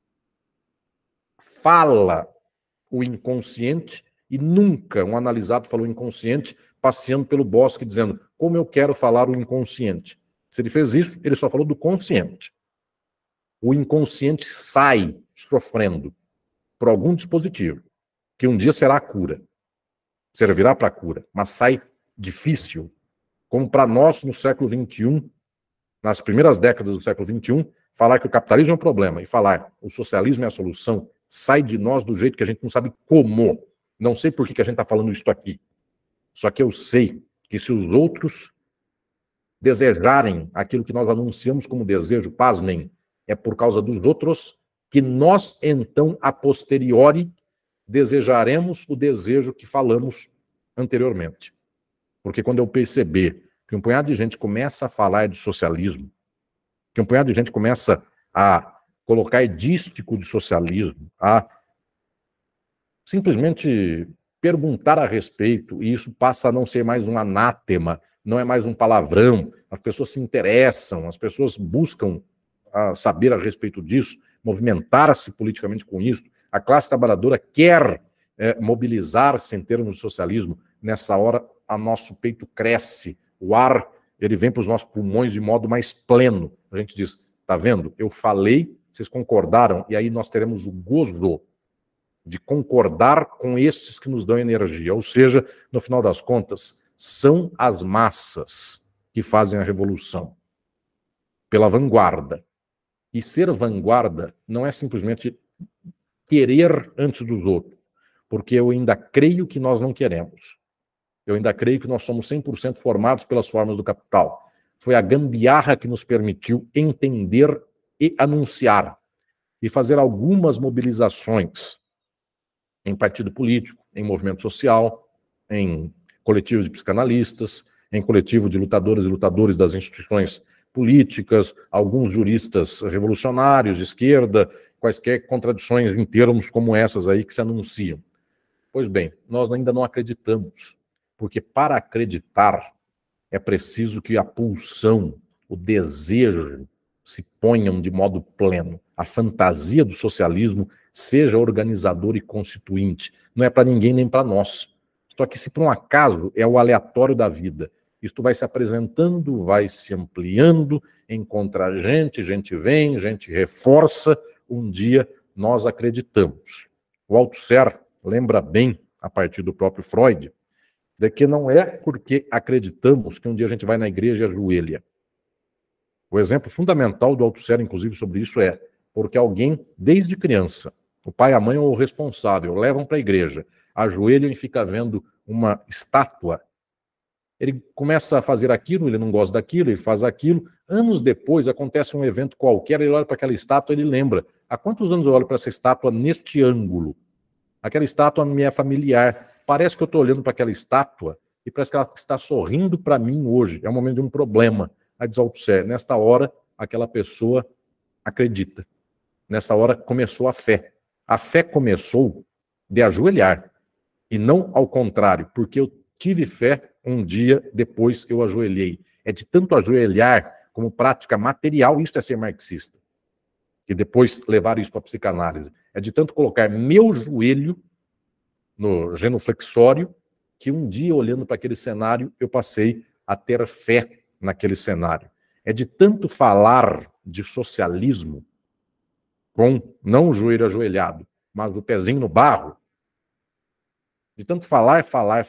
fala o inconsciente, e nunca um analisado falou inconsciente passeando pelo bosque dizendo como eu quero falar o inconsciente. Se ele fez isso, ele só falou do consciente. O inconsciente sai sofrendo por algum dispositivo, que um dia será a cura, servirá para a cura, mas sai difícil, como para nós no século XXI, nas primeiras décadas do século XXI, falar que o capitalismo é um problema e falar o socialismo é a solução, sai de nós do jeito que a gente não sabe como. Não sei por que a gente está falando isso aqui. Só que eu sei que se os outros desejarem aquilo que nós anunciamos como desejo, pasmem, é por causa dos outros que nós, então, a posteriori, desejaremos o desejo que falamos anteriormente. Porque quando eu perceber que um punhado de gente começa a falar de socialismo, que um punhado de gente começa a colocar dístico de socialismo, a simplesmente perguntar a respeito, e isso passa a não ser mais um anátema, não é mais um palavrão, as pessoas se interessam, as pessoas buscam saber a respeito disso, movimentar-se politicamente com isso, a classe trabalhadora quer mobilizar-se em termos de socialismo, nessa hora a nosso peito cresce, o ar ele vem para os nossos pulmões de modo mais pleno, a gente diz, tá vendo, eu falei, vocês concordaram, e aí nós teremos o gozo de concordar com estes que nos dão energia, ou seja, no final das contas, são as massas que fazem a revolução, pela vanguarda. E ser vanguarda não é simplesmente querer antes dos outros, porque eu ainda creio que nós não queremos. Eu ainda creio que nós somos 100% formados pelas formas do capital. Foi a gambiarra que nos permitiu entender e anunciar e fazer algumas mobilizações em partido político, em movimento social, em coletivo de psicanalistas, em coletivo de lutadoras e lutadores das instituições políticas, alguns juristas revolucionários de esquerda, quaisquer contradições em termos como essas aí que se anunciam. Pois bem, nós ainda não acreditamos, porque para acreditar é preciso que a pulsão, o desejo se ponham de modo pleno. A fantasia do socialismo seja organizador e constituinte. Não é para ninguém nem para nós. Só que se por um acaso é o aleatório da vida, isto vai se apresentando, vai se ampliando, encontra gente, gente vem, gente reforça, um dia nós acreditamos. O Althusser lembra bem, a partir do próprio Freud, de que não é porque acreditamos que um dia a gente vai na igreja e ajoelha. O exemplo fundamental do Althusser, inclusive, sobre isso é porque alguém, desde criança, o pai, a mãe ou o responsável, levam para a igreja, ajoelham e fica vendo uma estátua. Ele começa a fazer aquilo, ele não gosta daquilo, ele faz aquilo. Anos depois, acontece um evento qualquer, ele olha para aquela estátua e ele lembra. Há quantos anos eu olho para essa estátua neste ângulo? Aquela estátua me é familiar. Parece que eu estou olhando para aquela estátua e parece que ela está sorrindo para mim hoje. É um momento de um problema. Aí diz Althusser, nesta hora, aquela pessoa acredita. Nessa hora começou a fé. A fé começou de ajoelhar. E não ao contrário, porque eu tive fé um dia depois que eu ajoelhei. É de tanto ajoelhar como prática material, isso é ser marxista. E depois levar isso para a psicanálise. É de tanto colocar meu joelho no genuflexório, que um dia, olhando para aquele cenário, eu passei a ter fé naquele cenário. É de tanto falar de socialismo, com não o joelho ajoelhado, mas o pezinho no barro, de tanto falar,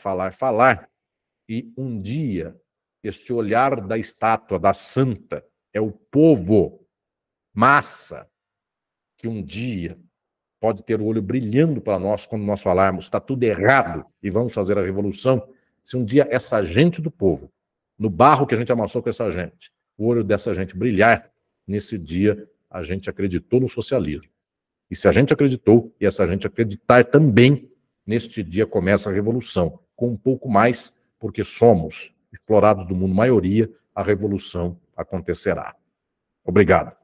e um dia, este olhar da estátua, da santa, é o povo, massa, que um dia pode ter o olho brilhando para nós quando nós falarmos, está tudo errado e vamos fazer a revolução. Se um dia essa gente do povo, no barro que a gente amassou com essa gente, o olho dessa gente brilhar, nesse dia a gente acreditou no socialismo. E se a gente acreditou, e essa gente acreditar também, neste dia começa a revolução, com um pouco mais, porque somos explorados do mundo, maioria, a revolução acontecerá. Obrigado.